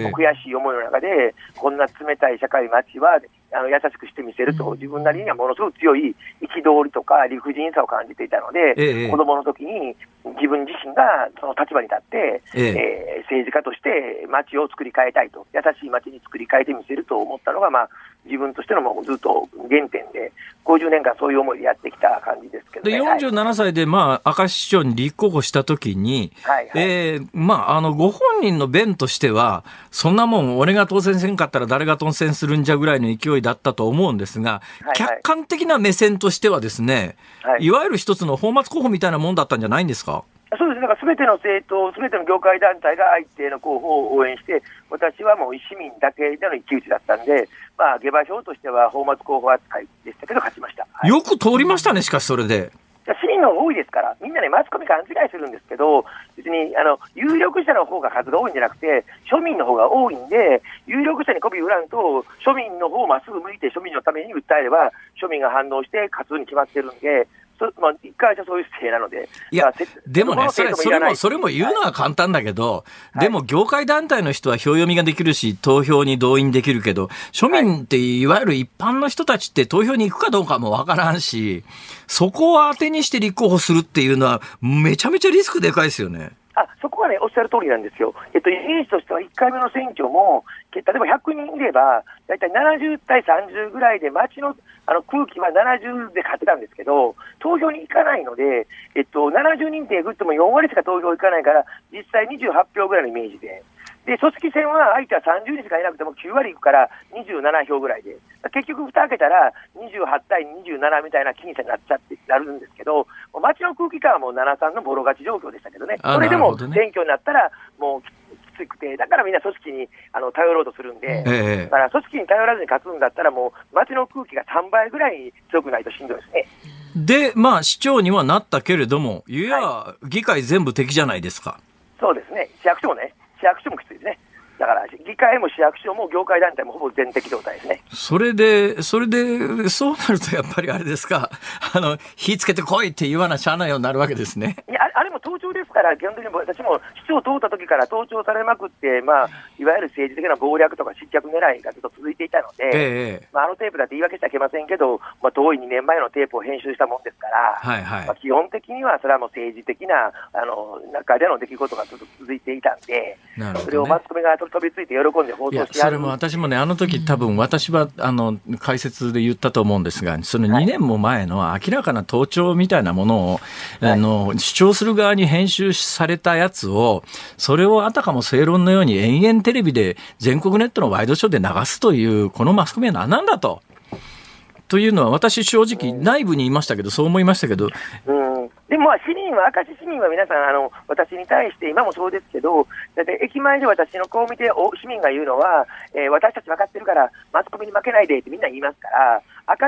悔しい思いの中で、こんな冷たい社会街は優しくしてみせると、自分なりにはものすごく強い憤りとか理不尽さを感じていたので、子供の時に自分自身がその立場に立って、政治家として街を作り変えたいと、優しい街に作り変えてみせると思ったのが、自分としてのもずっと原点で、50年間そういう思いでやってきた感じですけどね。 で47歳で、明石市長に立候補したときに、ご本人の弁としては、そんなもん俺が当選せんかったら誰が当選するんじゃぐらいの勢いだったと思うんですが、客観的な目線としてはですね、いわゆる一つの泡沫候補みたいなもんだったんじゃないんですか？ そうです。だから全ての政党、全ての業界団体が相手の候補を応援して、私はもう市民だけでの一騎打ちだったんで、下馬評としては泡沫候補扱いでしたけど勝ちました。 よく通りましたね、しかしそれで。 市民の方が多いですから、みんなね、マスコミ勘違いするんですけど、別に有力者の方が数が多いんじゃなくて、庶民の方が多いんで、有力者に媚び売らんと、庶民の方をまっすぐ向いて、庶民のために訴えれば、庶民が反応して勝つに決まってるんで、一回じゃそういう姿勢なので。 いや、でもね、それも言うのは簡単だけど、でも業界団体の人は票読みができるし、投票に動員できるけど、庶民っていわゆる一般の人たちって投票に行くかどうかもわからんし、そこを当てにして立候補するっていうのは、めちゃめちゃリスクでかいですよね。 そこはね、おっしゃる通りなんですよ。イメージとしては1回目の選挙も、例えば100人いれば、だいたい70対30ぐらいで、街の空気は70で勝ってたんですけど、投票に行かないので、70人ってグッとも4割しか投票行かないから、実際28票ぐらいのイメージで。 で組織戦は相手は30人しかいなくても9割いくから27票ぐらいで、結局蓋開けたら28対27みたいな僅差になっちゃってなるんですけど、街の空気感はもう7-3のボロ勝ち状況でしたけどね。それでも選挙になったらもうきつくて、だからみんな組織に頼ろうとするんで、だから組織に頼らずに勝つんだったらもう街の空気が3倍ぐらい強くないとしんどいですね。 で、市長にはなったけれども、議会全部敵じゃないですか。 そうですね。市役所もきついですね。だから議会も市役所も業界団体もほぼ全敵状態ですね。 それでそうなるとやっぱりあれですか、火つけてこいって言わなしゃあないようになるわけですね。 いや、あれも盗聴ですから、基本的に私も市長通った時から盗聴されまくって、いわゆる政治的な謀略とか失脚狙いがずっと続いていたので、あのテープだって言い訳しちゃいけませんけど、遠い2年前のテープを編集したもんですから、基本的にはそれはもう政治的な中での出来事がずっと続いていたんで、それをマスコミが飛びついて喜んで放送しそれも私もね、あの時多分私は解説で言ったと思うんですが、その2年も前の明らかな盗聴みたいなものを、主張する側に編集されたやつを、それをあたかも正論のように延々テレビで全国ネットのワイドショーで流すというこのマスコミは何なんだというのは、私正直内部にいましたけど、そう思いましたけど、 でも明石市民は皆さん私に対して今もそうですけど、だって駅前で私の顔を見て市民が言うのは、私たち分かってるからマスコミに負けないでってみんな言いますから、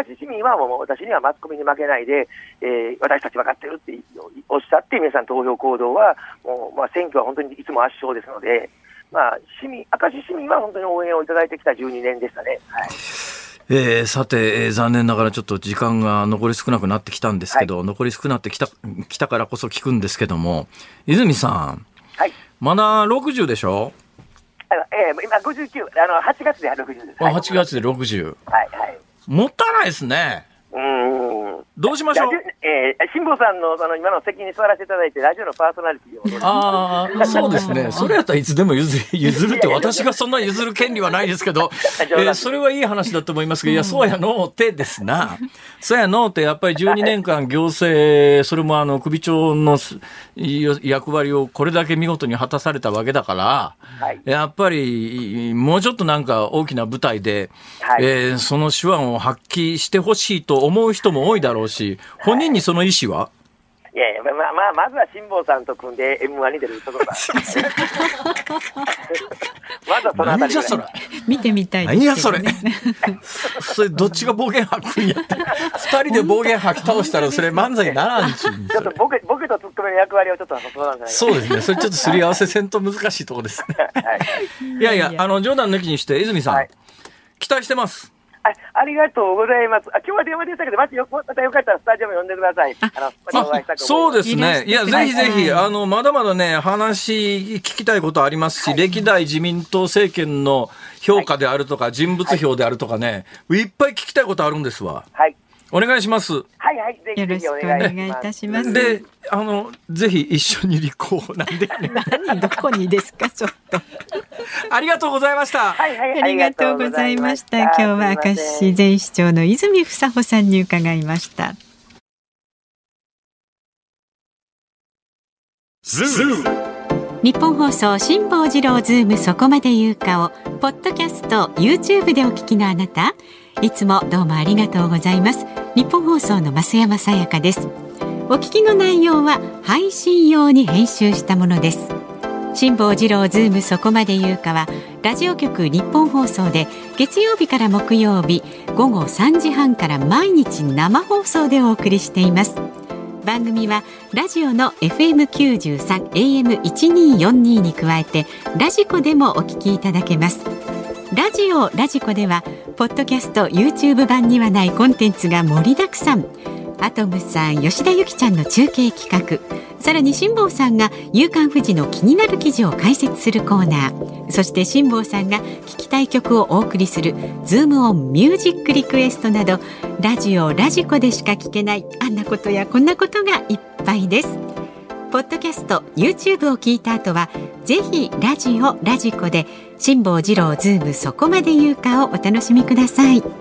明石市民はもう私にはマスコミに負けないで、私たち分かってるっておっしゃって皆さん投票行動はもう、選挙は本当にいつも圧勝ですので、明石市民は本当に応援をいただいてきた12年でしたね。 さて、残念ながらちょっと時間が残り少なくなってきたんですけど、残り少なくなってきたからこそ聞くんですけども、泉さん、まだ60でしょ？ 今59、8月で60です。 8月で60。もったいないですね。どうしましょう。 辛坊さんの今の席に座らせていただいてラジオのパーソナリティを。 そうですね。それやったらいつでも譲るって、私がそんな譲る権利はないですけど、それはいい話だと思いますけど、いや、そうやのうてですな。そうやのうて、やっぱり12年間行政、それも首長の役割をこれだけ見事に果たされたわけだから、やっぱりもうちょっとなんか大きな舞台で、その手腕を発揮してほしいと思う人も多いだろうし、本人にその意思は？ いやいや、まずは辛坊さんと組んで M1 に出るところがまずはそのあたりぐらい。 何じゃそれ。 見てみたいですけどね。 何やそれ。それどっちが暴言吐くんやって。2人で暴言吐き倒したらそれ漫才にならんちゅう。 ちょっとボケとツッコミの役割をちょっとそうですね。それちょっとすり合わせせんと難しいところですね。いやいや、冗談抜きにして泉さん、期待してます。 ありがとうございます。今日は電話でしたけど、またよかったらスタジオも呼んでください。 そうですね。いや、ぜひぜひ、まだまだね、話聞きたいことありますし、歴代自民党政権の評価であるとか、人物評であるとかね、いっぱい聞きたいことあるんですわ。お願いします。 よろしくお願いいたします。 で、ぜひ一緒に立候補なんで。 どこにですか、ちょっと。 ありがとうございました。 ありがとうございました。今日は明石前市長の泉房穂さんに伺いました。日本放送辛坊治郎ズームそこまで言うかをポッドキャスト YouTube でお聞きのあなた、いつもどうもありがとうございます。日本放送の増山さやかです。お聞きの内容は配信用に編集したものです。辛坊治郎ズームそこまで言うかはラジオ局日本放送で月曜日から木曜日午後3時半から毎日生放送でお送りしています。番組はラジオの FM93 AM1242 に加えてラジコでもお聞きいただけます。ラジコではポッドキャスト YouTube 版にはないコンテンツが盛りだくさん。アトムさん、吉田ゆきちゃんの中継企画、さらに辛坊さんが夕刊フジの気になる記事を解説するコーナー、そして辛坊さんが聞きたい曲をお送りするズームオンミュージックリクエストなど、ラジコでしか聞けないあんなことやこんなことがいっぱいです。ポッドキャスト YouTube を聞いた後はぜひラジコで辛坊治郎ズームそこまで言うかをお楽しみください。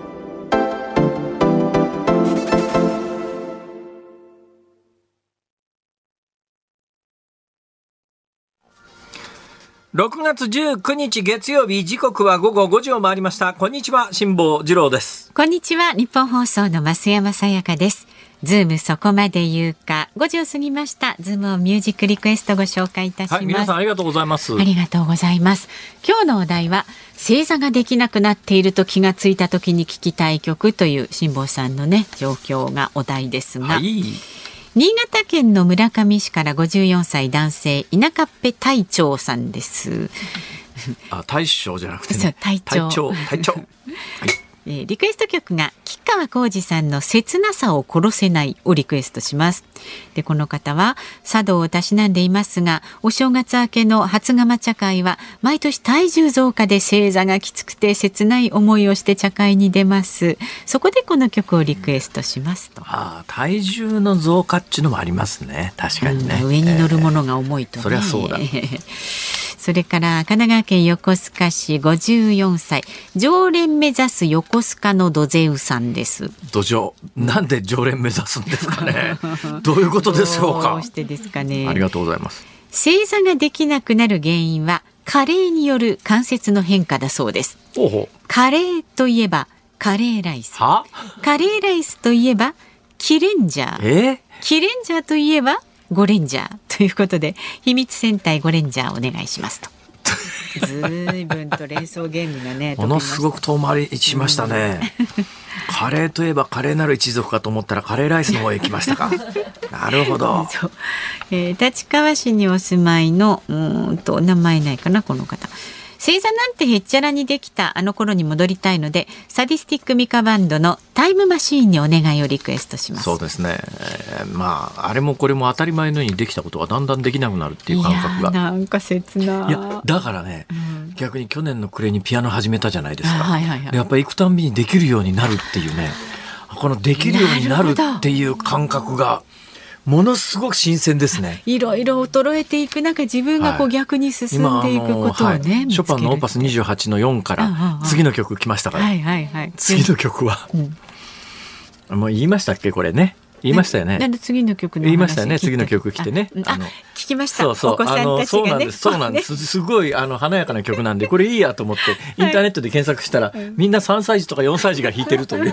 6月19日月曜日、時刻は午後5時を回りました。こんにちは、辛坊治郎です。 こんにちは、日本放送の増山さやかです。ズームそこまで言うか。5時を過ぎました。ズームをミュージックリクエストご紹介いたします。はい、 皆さんありがとうございます。 ありがとうございます。今日のお題は、正座ができなくなっていると気がついた時に聞きたい曲という辛坊さんのね、状況がお題ですが、はい、新潟県の村上市から54歳男性、稲カッペ隊長さんです。 大将じゃなくてね、 隊長、 はいリクエスト曲が吉川晃司さんの切なさを殺せないをリクエストします。で、この方は茶道をたしなんでいますが、お正月明けの初釜茶会は毎年体重増加で正座がきつくて切ない思いをして茶会に出ます。そこでこの曲をリクエストしますと。 体重の増加っていうのもありますね。確かにね、 上に乗るものが重いとね、 そりゃそうだ。 それから神奈川県横須賀市54歳常連目指す横須賀のドゼウさんです。 土壌、なんで常連目指すんですかね。どういうことでしょうか。 どうしてですかね。 ありがとうございます。 正座ができなくなる原因は加齢による関節の変化だそうです。加齢といえばカレーライス、カレーライスといえばキレンジャー、キレンジャーといえばゴレンジャーということで、秘密戦隊ゴレンジャーお願いしますと。ずいぶんと連想ゲームがね、 ものすごく遠回りしましたね。カレーといえばカレーなる一族かと思ったらカレーライスの方へ行きましたか。なるほど。 立川市にお住まいの名前ないかな、この方。正座なんてへっちゃらにできたあの頃に戻りたいので、サディスティックミカバンドのタイムマシーンにお願いをリクエストします。 そうですね、あれもこれも当たり前のようにできたことがだんだんできなくなるっていう感覚が。 なんか切ない。 いやだからね、逆に去年の暮れにピアノ始めたじゃないですか。でやっぱり行くたんびにできるようになるっていうね、このできるようになるっていう感覚がものすごく新鮮ですね。 いろいろ衰えていく中、自分が逆に進んでいくことをね、 ショパンのオーパス28の4から次の曲来ましたから、次の曲は、もう言いましたっけこれね。言いましたよね。 なんで次の曲の話言いましたよね。次の曲来てね。 聞きました。お子さんたちがね。 そうなんです。すごい華やかな曲なんでこれいいやと思ってインターネットで検索したら、みんな3歳児とか4歳児が弾いてるという。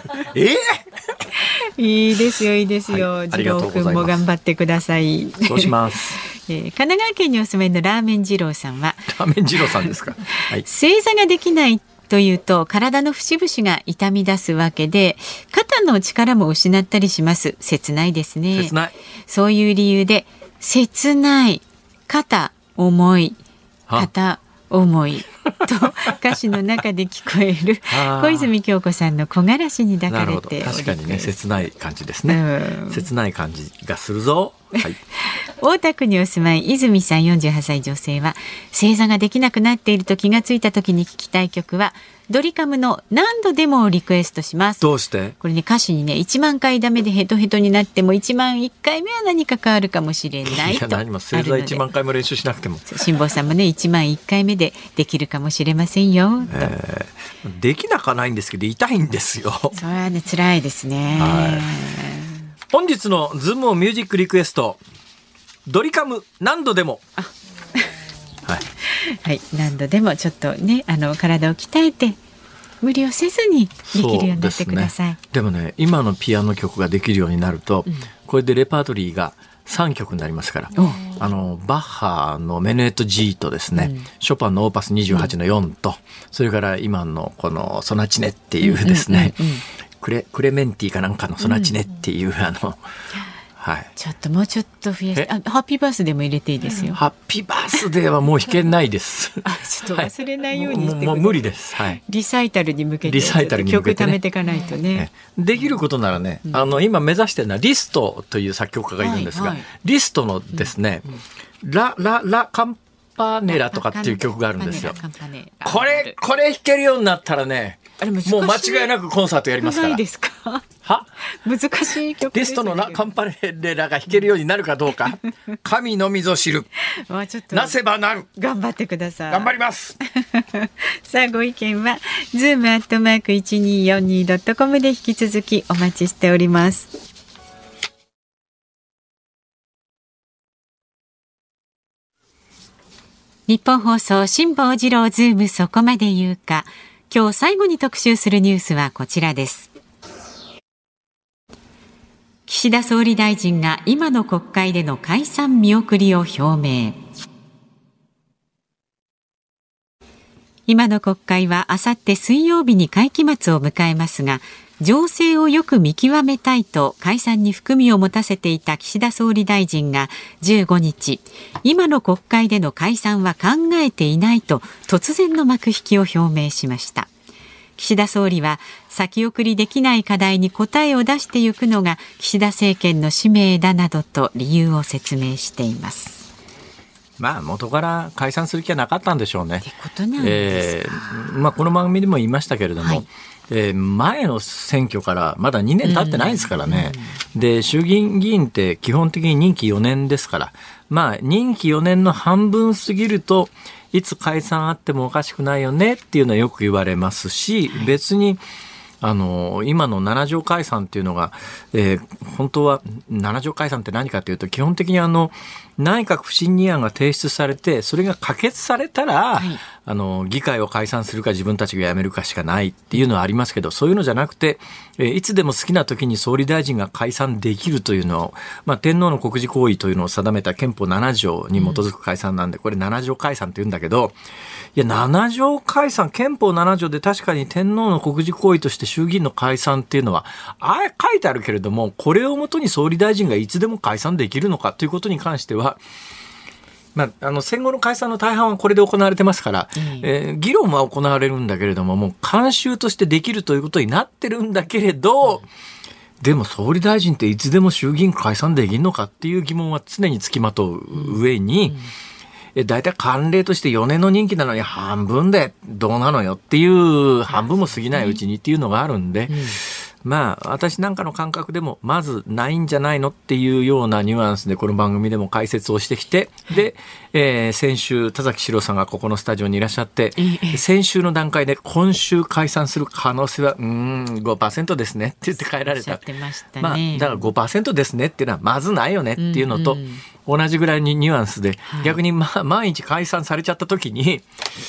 いいですよ、いいですよ。次郎くんも頑張ってください。 そうします。 神奈川県にお住まいのラーメン二郎さんは、 ラーメン二郎さんですか。 正座ができないというと体の節々が痛み出すわけで、肩の力も失ったりします。切ないですね。 切ない。 そういう理由で切ない肩重い肩重いと歌詞の中で聞こえる小泉京子さんの木枯らしに抱かれて。 確かにね、切ない感じですね。切ない感じがするぞ。 大田区にお住まい泉さん48歳女性は、正座ができなくなっていると気がついた時に聞きたい曲はドリカムの何度でもをリクエストします。 どうして？ これね、歌詞にね、1万回ダメでヘトヘトになっても1万1回目は何か変わるかもしれないと。 何も正座1万回も練習しなくても、 辛坊さんもね1万1回目でできるかもしれませんよと。 できなくはないんですけど痛いんですよ。 それはね、辛いですね。 本日のズームミュージックリクエスト、ドリカム何度でも。 何度でもちょっとね、体を鍛えて無理をせずにできるようになってください。 でもね、今のピアノ曲ができるようになると、これでレパートリーが3曲になりますから、バッハのメヌエット G とですね、ショパンのオーパス28の4と、それから今のこのソナチネっていうですね、クレメンティかなんかのソナチネっていうちょっともうちょっと増やして、ハッピーバースデーも入れていいですよ。 ハッピーバースデーはもう弾けないです。 ちょっと忘れないようにしてください。 もう無理です。 リサイタルに向けて曲貯めていかないとね。 できることならね、今目指してるのはリストという作曲家がいるんですが、リストのですね、ラカンパネラとかっていう曲があるんですよ。これ弾けるようになったらね、もう間違いなくコンサートやりますから。 ないですか？難しい曲ですね。 リストのカンパネラが弾けるようになるかどうか、神のみぞ知る。なせばなる。 頑張ってください。 頑張ります。 さあ、ご意見は zoom@1242.com で引き続きお待ちしております。 日本放送辛坊治郎ズームそこまで言うか。今日最後に特集するニュースはこちらです。岸田総理大臣が今の国会での解散見送りを表明。今の国会はあさって水曜日に会期末を迎えますが、情勢をよく見極めたいと解散に含みを持たせていた岸田総理大臣が15日、今の国会での解散は考えていないと突然の幕引きを表明しました。岸田総理は先送りできない課題に答えを出していくのが岸田政権の使命だなどと理由を説明しています。 元から解散する気はなかったんでしょうね。 ってことなんですか。 この番組でも言いましたけれども、前の選挙からまだ2年経ってないですからね。で、衆議院議員って基本的に任期4年ですから、任期4年の半分過ぎるといつ解散あってもおかしくないよねっていうのはよく言われますし、別に今の7条解散っていうのが、本当は7条解散って何かというと、基本的に内閣不信任案が提出されて、それが可決されたら、議会を解散するか自分たちが辞めるかしかないっていうのはありますけど、そういうのじゃなくて、いつでも好きな時に総理大臣が解散できるというのを、天皇の国事行為というのを定めた憲法7条に基づく解散なんで、これ7条解散って言うんだけど、いや、7条解散、憲法7条で確かに天皇の国事行為として衆議院の解散っていうのは、書いてあるけれども、これをもとに総理大臣がいつでも解散できるのかということに関しては、戦後の解散の大半はこれで行われてますから、議論は行われるんだけれども、もう慣習としてできるということになってるんだけれど、でも総理大臣っていつでも衆議院解散できるのかっていう疑問は常につきまとう上に、だいたい慣例として4年の任期なのに半分でどうなのよっていう、半分も過ぎないうちにっていうのがあるんで、私なんかの感覚でもまずないんじゃないのっていうようなニュアンスでこの番組でも解説をしてきて、で、先週田崎史郎さんがここのスタジオにいらっしゃって、先週の段階で今週解散する可能性は5% ですねって言って帰られた。だから 5% ですねっていうのはまずないよねっていうのと同じぐらいにニュアンスで、逆に毎日解散されちゃった時に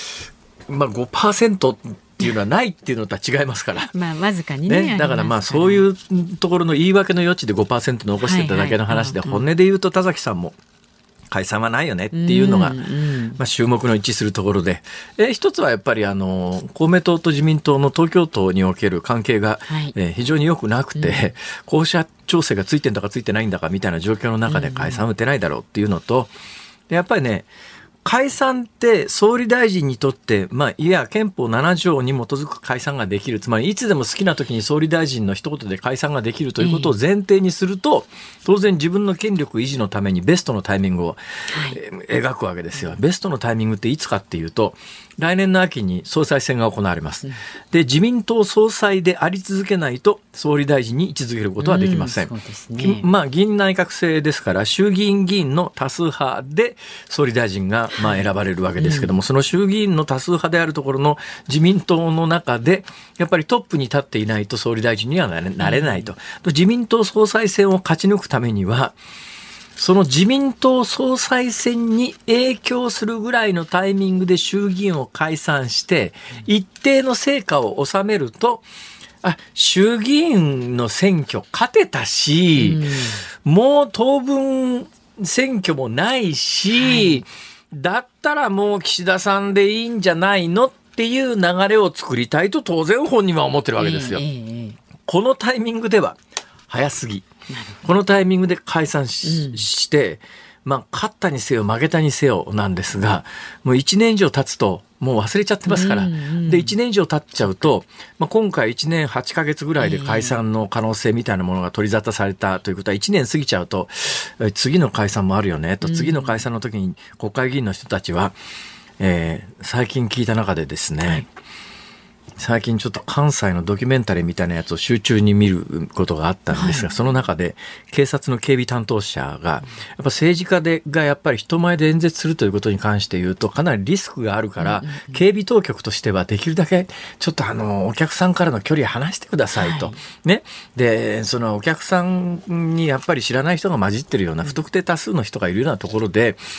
5% っていうのはないっていうのとは違いますから、 わずかにね、 だからそういうところの言い訳の余地で 5% 残していただけの話で、本音で言うと田崎さんも解散はないよねっていうのが、注目の一致するところで、一つはやっぱり公明党と自民党の東京都における関係が、非常に良くなくて、候補者調整がついてんだかついてないんだかみたいな状況の中で解散は打てないだろうっていうのと、やっぱりね、解散って総理大臣にとって、憲法7条に基づく解散ができる。つまりいつでも好きな時に総理大臣の一言で解散ができるということを前提にすると、当然自分の権力維持のためにベストのタイミングを、描くわけですよ。ベストのタイミングっていつかっていうと、来年の秋に総裁選が行われます。で、自民党総裁であり続けないと総理大臣に位置づけることはできません。議員内閣制ですから、衆議院議員の多数派で総理大臣が選ばれるわけですけども、その衆議院の多数派であるところの自民党の中でやっぱりトップに立っていないと総理大臣にはなれないと。自民党総裁選を勝ち抜くためには、その自民党総裁選に影響するぐらいのタイミングで衆議院を解散して一定の成果を収めると、衆議院の選挙勝てたし、もう当分選挙もないし、だったらもう岸田さんでいいんじゃないのっていう流れを作りたいと当然本人は思ってるわけですよ。このタイミングでは早すぎ。このタイミングで解散して、勝ったにせよ負けたにせよなんですが、もう1年以上経つともう忘れちゃってますから、で1年以上経っちゃうと、今回1年8ヶ月ぐらいで解散の可能性みたいなものが取り沙汰されたということは、1年過ぎちゃうと次の解散もあるよねと、次の解散の時に国会議員の人たちは、最近聞いた中でですね、最近ちょっと関西のドキュメンタリーみたいなやつを集中に見ることがあったんですが、その中で警察の警備担当者がやっぱ政治家がやっぱり人前で演説するということに関して言うとかなりリスクがあるから、警備当局としてはできるだけちょっとお客さんからの距離を離してくださいと、ね。でそのお客さんにやっぱり知らない人が混じってるような不特定多数の人がいるようなところで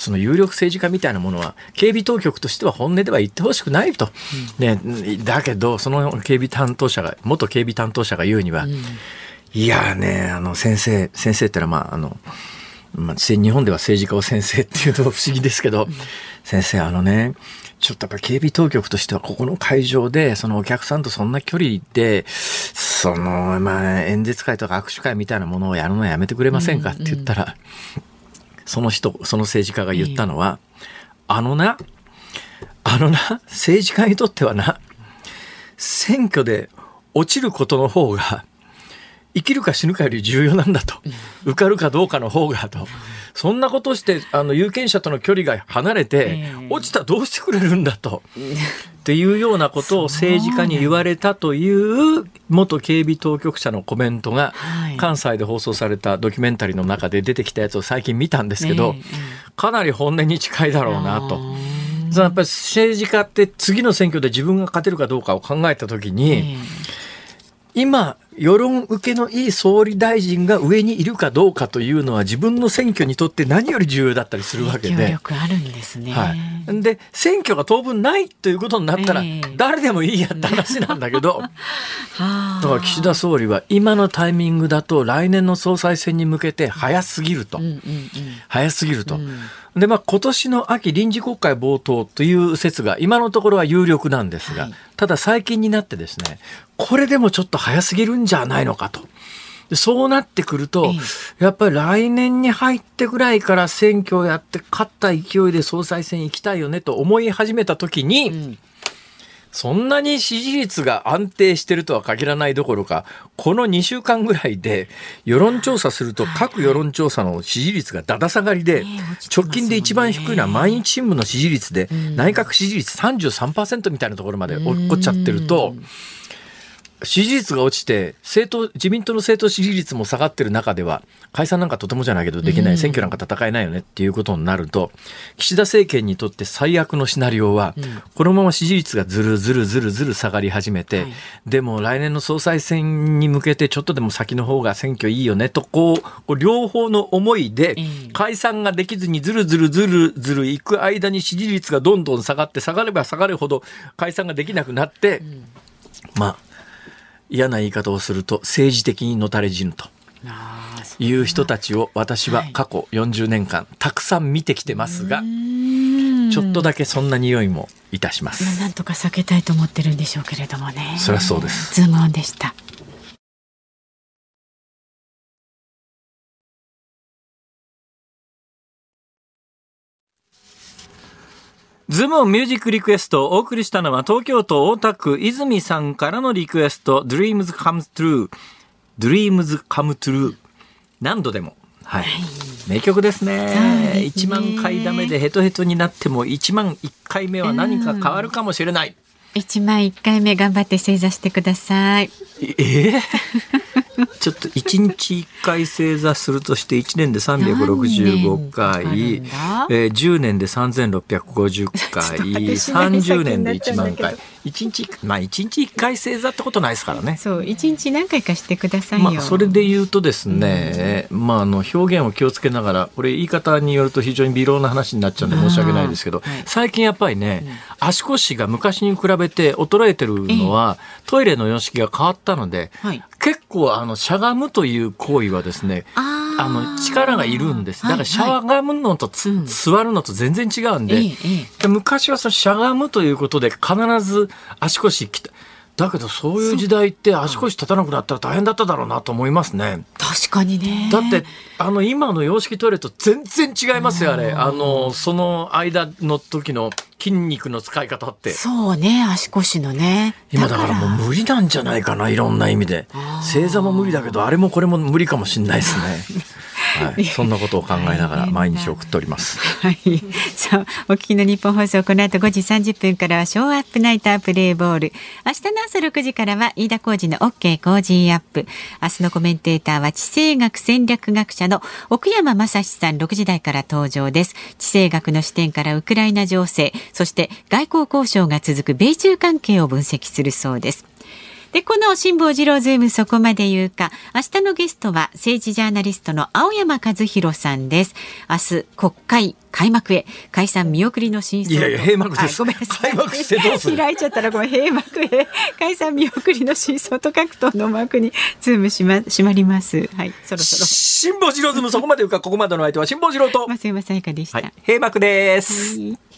その有力政治家みたいなものは警備当局としては本音では言ってほしくないと、ね、だけどその警備担当者が元警備担当者が言うには、いやね先生ってのは日本では政治家を先生っていうのは不思議ですけど、先生ちょっとやっぱ警備当局としてはここの会場でそのお客さんとそんな距離で演説会とか握手会みたいなものをやるのはやめてくれませんかって言ったら、その政治家が言ったのは、政治家にとっては選挙で落ちることの方が生きるか死ぬかより重要なんだと、受かるかどうかの方がと、そんなことをして有権者との距離が離れて、落ちたらどうしてくれるんだと、っていうようなことを政治家に言われたという元警備当局者のコメントが関西で放送されたドキュメンタリーの中で出てきたやつを最近見たんですけど、かなり本音に近いだろうなと。やっぱり政治家って次の選挙で自分が勝てるかどうかを考えたときに、今世論受けのいい総理大臣が上にいるかどうかというのは自分の選挙にとって何より重要だったりするわけで、 影響力あるんですね。 で選挙が当分ないということになったら誰でもいいやって話なんだけど、だから岸田総理は今のタイミングだと来年の総裁選に向けて早すぎると、で今年の秋臨時国会冒頭という説が今のところは有力なんですが、ただ最近になってですね、これでもちょっと早すぎるんじゃないのかと。そうなってくると、やっぱり来年に入ってぐらいから選挙をやって勝った勢いで総裁選行きたいよねと思い始めた時に、そんなに支持率が安定してるとは限らないどころか、この2週間ぐらいで世論調査すると各世論調査の支持率がだだ下がりで、直近で一番低いのは毎日新聞の支持率で、内閣支持率 33% みたいなところまで落っこっちゃってると、支持率が落ちて自民党の政党支持率も下がってる中では解散なんかとてもじゃないけどできない、選挙なんか戦えないよねっていうことになると、岸田政権にとって最悪のシナリオは、このまま支持率がずるずる下がり始めて、でも来年の総裁選に向けてちょっとでも先の方が選挙いいよねとこう両方の思いで解散ができずにずるずるいく間に支持率がどんどん下がって、下がれば下がるほど解散ができなくなって、嫌な言い方をすると政治的にのたれ死ぬという人たちを私は過去40年間たくさん見てきてますが、ちょっとだけそんな匂いもいたします。 なんとか避けたいと思ってるんでしょうけれどもね。 そりゃそうです。 ズームオンでした。 ズームオンミュージックリクエストをお送りしたのは東京都大田区泉さんからのリクエスト Dreams Come True 何度でも、名曲ですね。1万回ダメでヘトヘトになっても1万1回目は何か変わるかもしれない。 1万1回目頑張って正座してください。 ちょっと1日1回正座するとして1年で365回、10年で3650回、30年で1万回、1日1回正座ってことないですからね。 そう、1日何回かしてくださいよ。 それで言うとですね、表現を気をつけながら、これ言い方によると非常に微量な話になっちゃうんで申し訳ないですけど、最近やっぱりね、足腰が昔に比べて衰えてるのは、トイレの様式が変わったので、結構しゃがむという行為はですね、力がいるんです。だからしゃがむのと座るのと全然違うんで、昔はしゃがむということで必ず足腰きた。だけどそういう時代って足腰立たなくなったら大変だっただろうなと思いますね。 確かにね。 だって今の洋式トイレと全然違いますよ、あれ。その間の時の筋肉の使い方って。 そうね、足腰のね。 今だからもう無理なんじゃないかな、いろんな意味で。正座も無理だけどあれもこれも無理かもしれないですね。そんなことを考えながら毎日送っております。 さあ、お聞きの日本放送、この後5時30分からはショーアップナイタープレイボール。明日の朝6時からは飯田浩司の OK コージーアップ。明日のコメンテーターは地政学戦略学者の奥山正史さん、6時台から登場です。地政学の視点からウクライナ情勢、そして外交交渉が続く米中関係を分析するそうです。 で、この辛坊治郎ズームそこまで言うか、明日のゲストは政治ジャーナリストの青山和弘さんです。明日国会開幕へ、解散見送りの真相。 いや閉幕です。 ごめんなさい。 開幕してどうする。 開いちゃったらごめん。閉幕へ、解散見送りの真相と各党の幕にズーム閉まります。はい、そろそろ。 辛坊治郎ズームそこまで言うか、ここまでの相手は辛坊治郎と増山さやかでした。 閉幕です。 はい。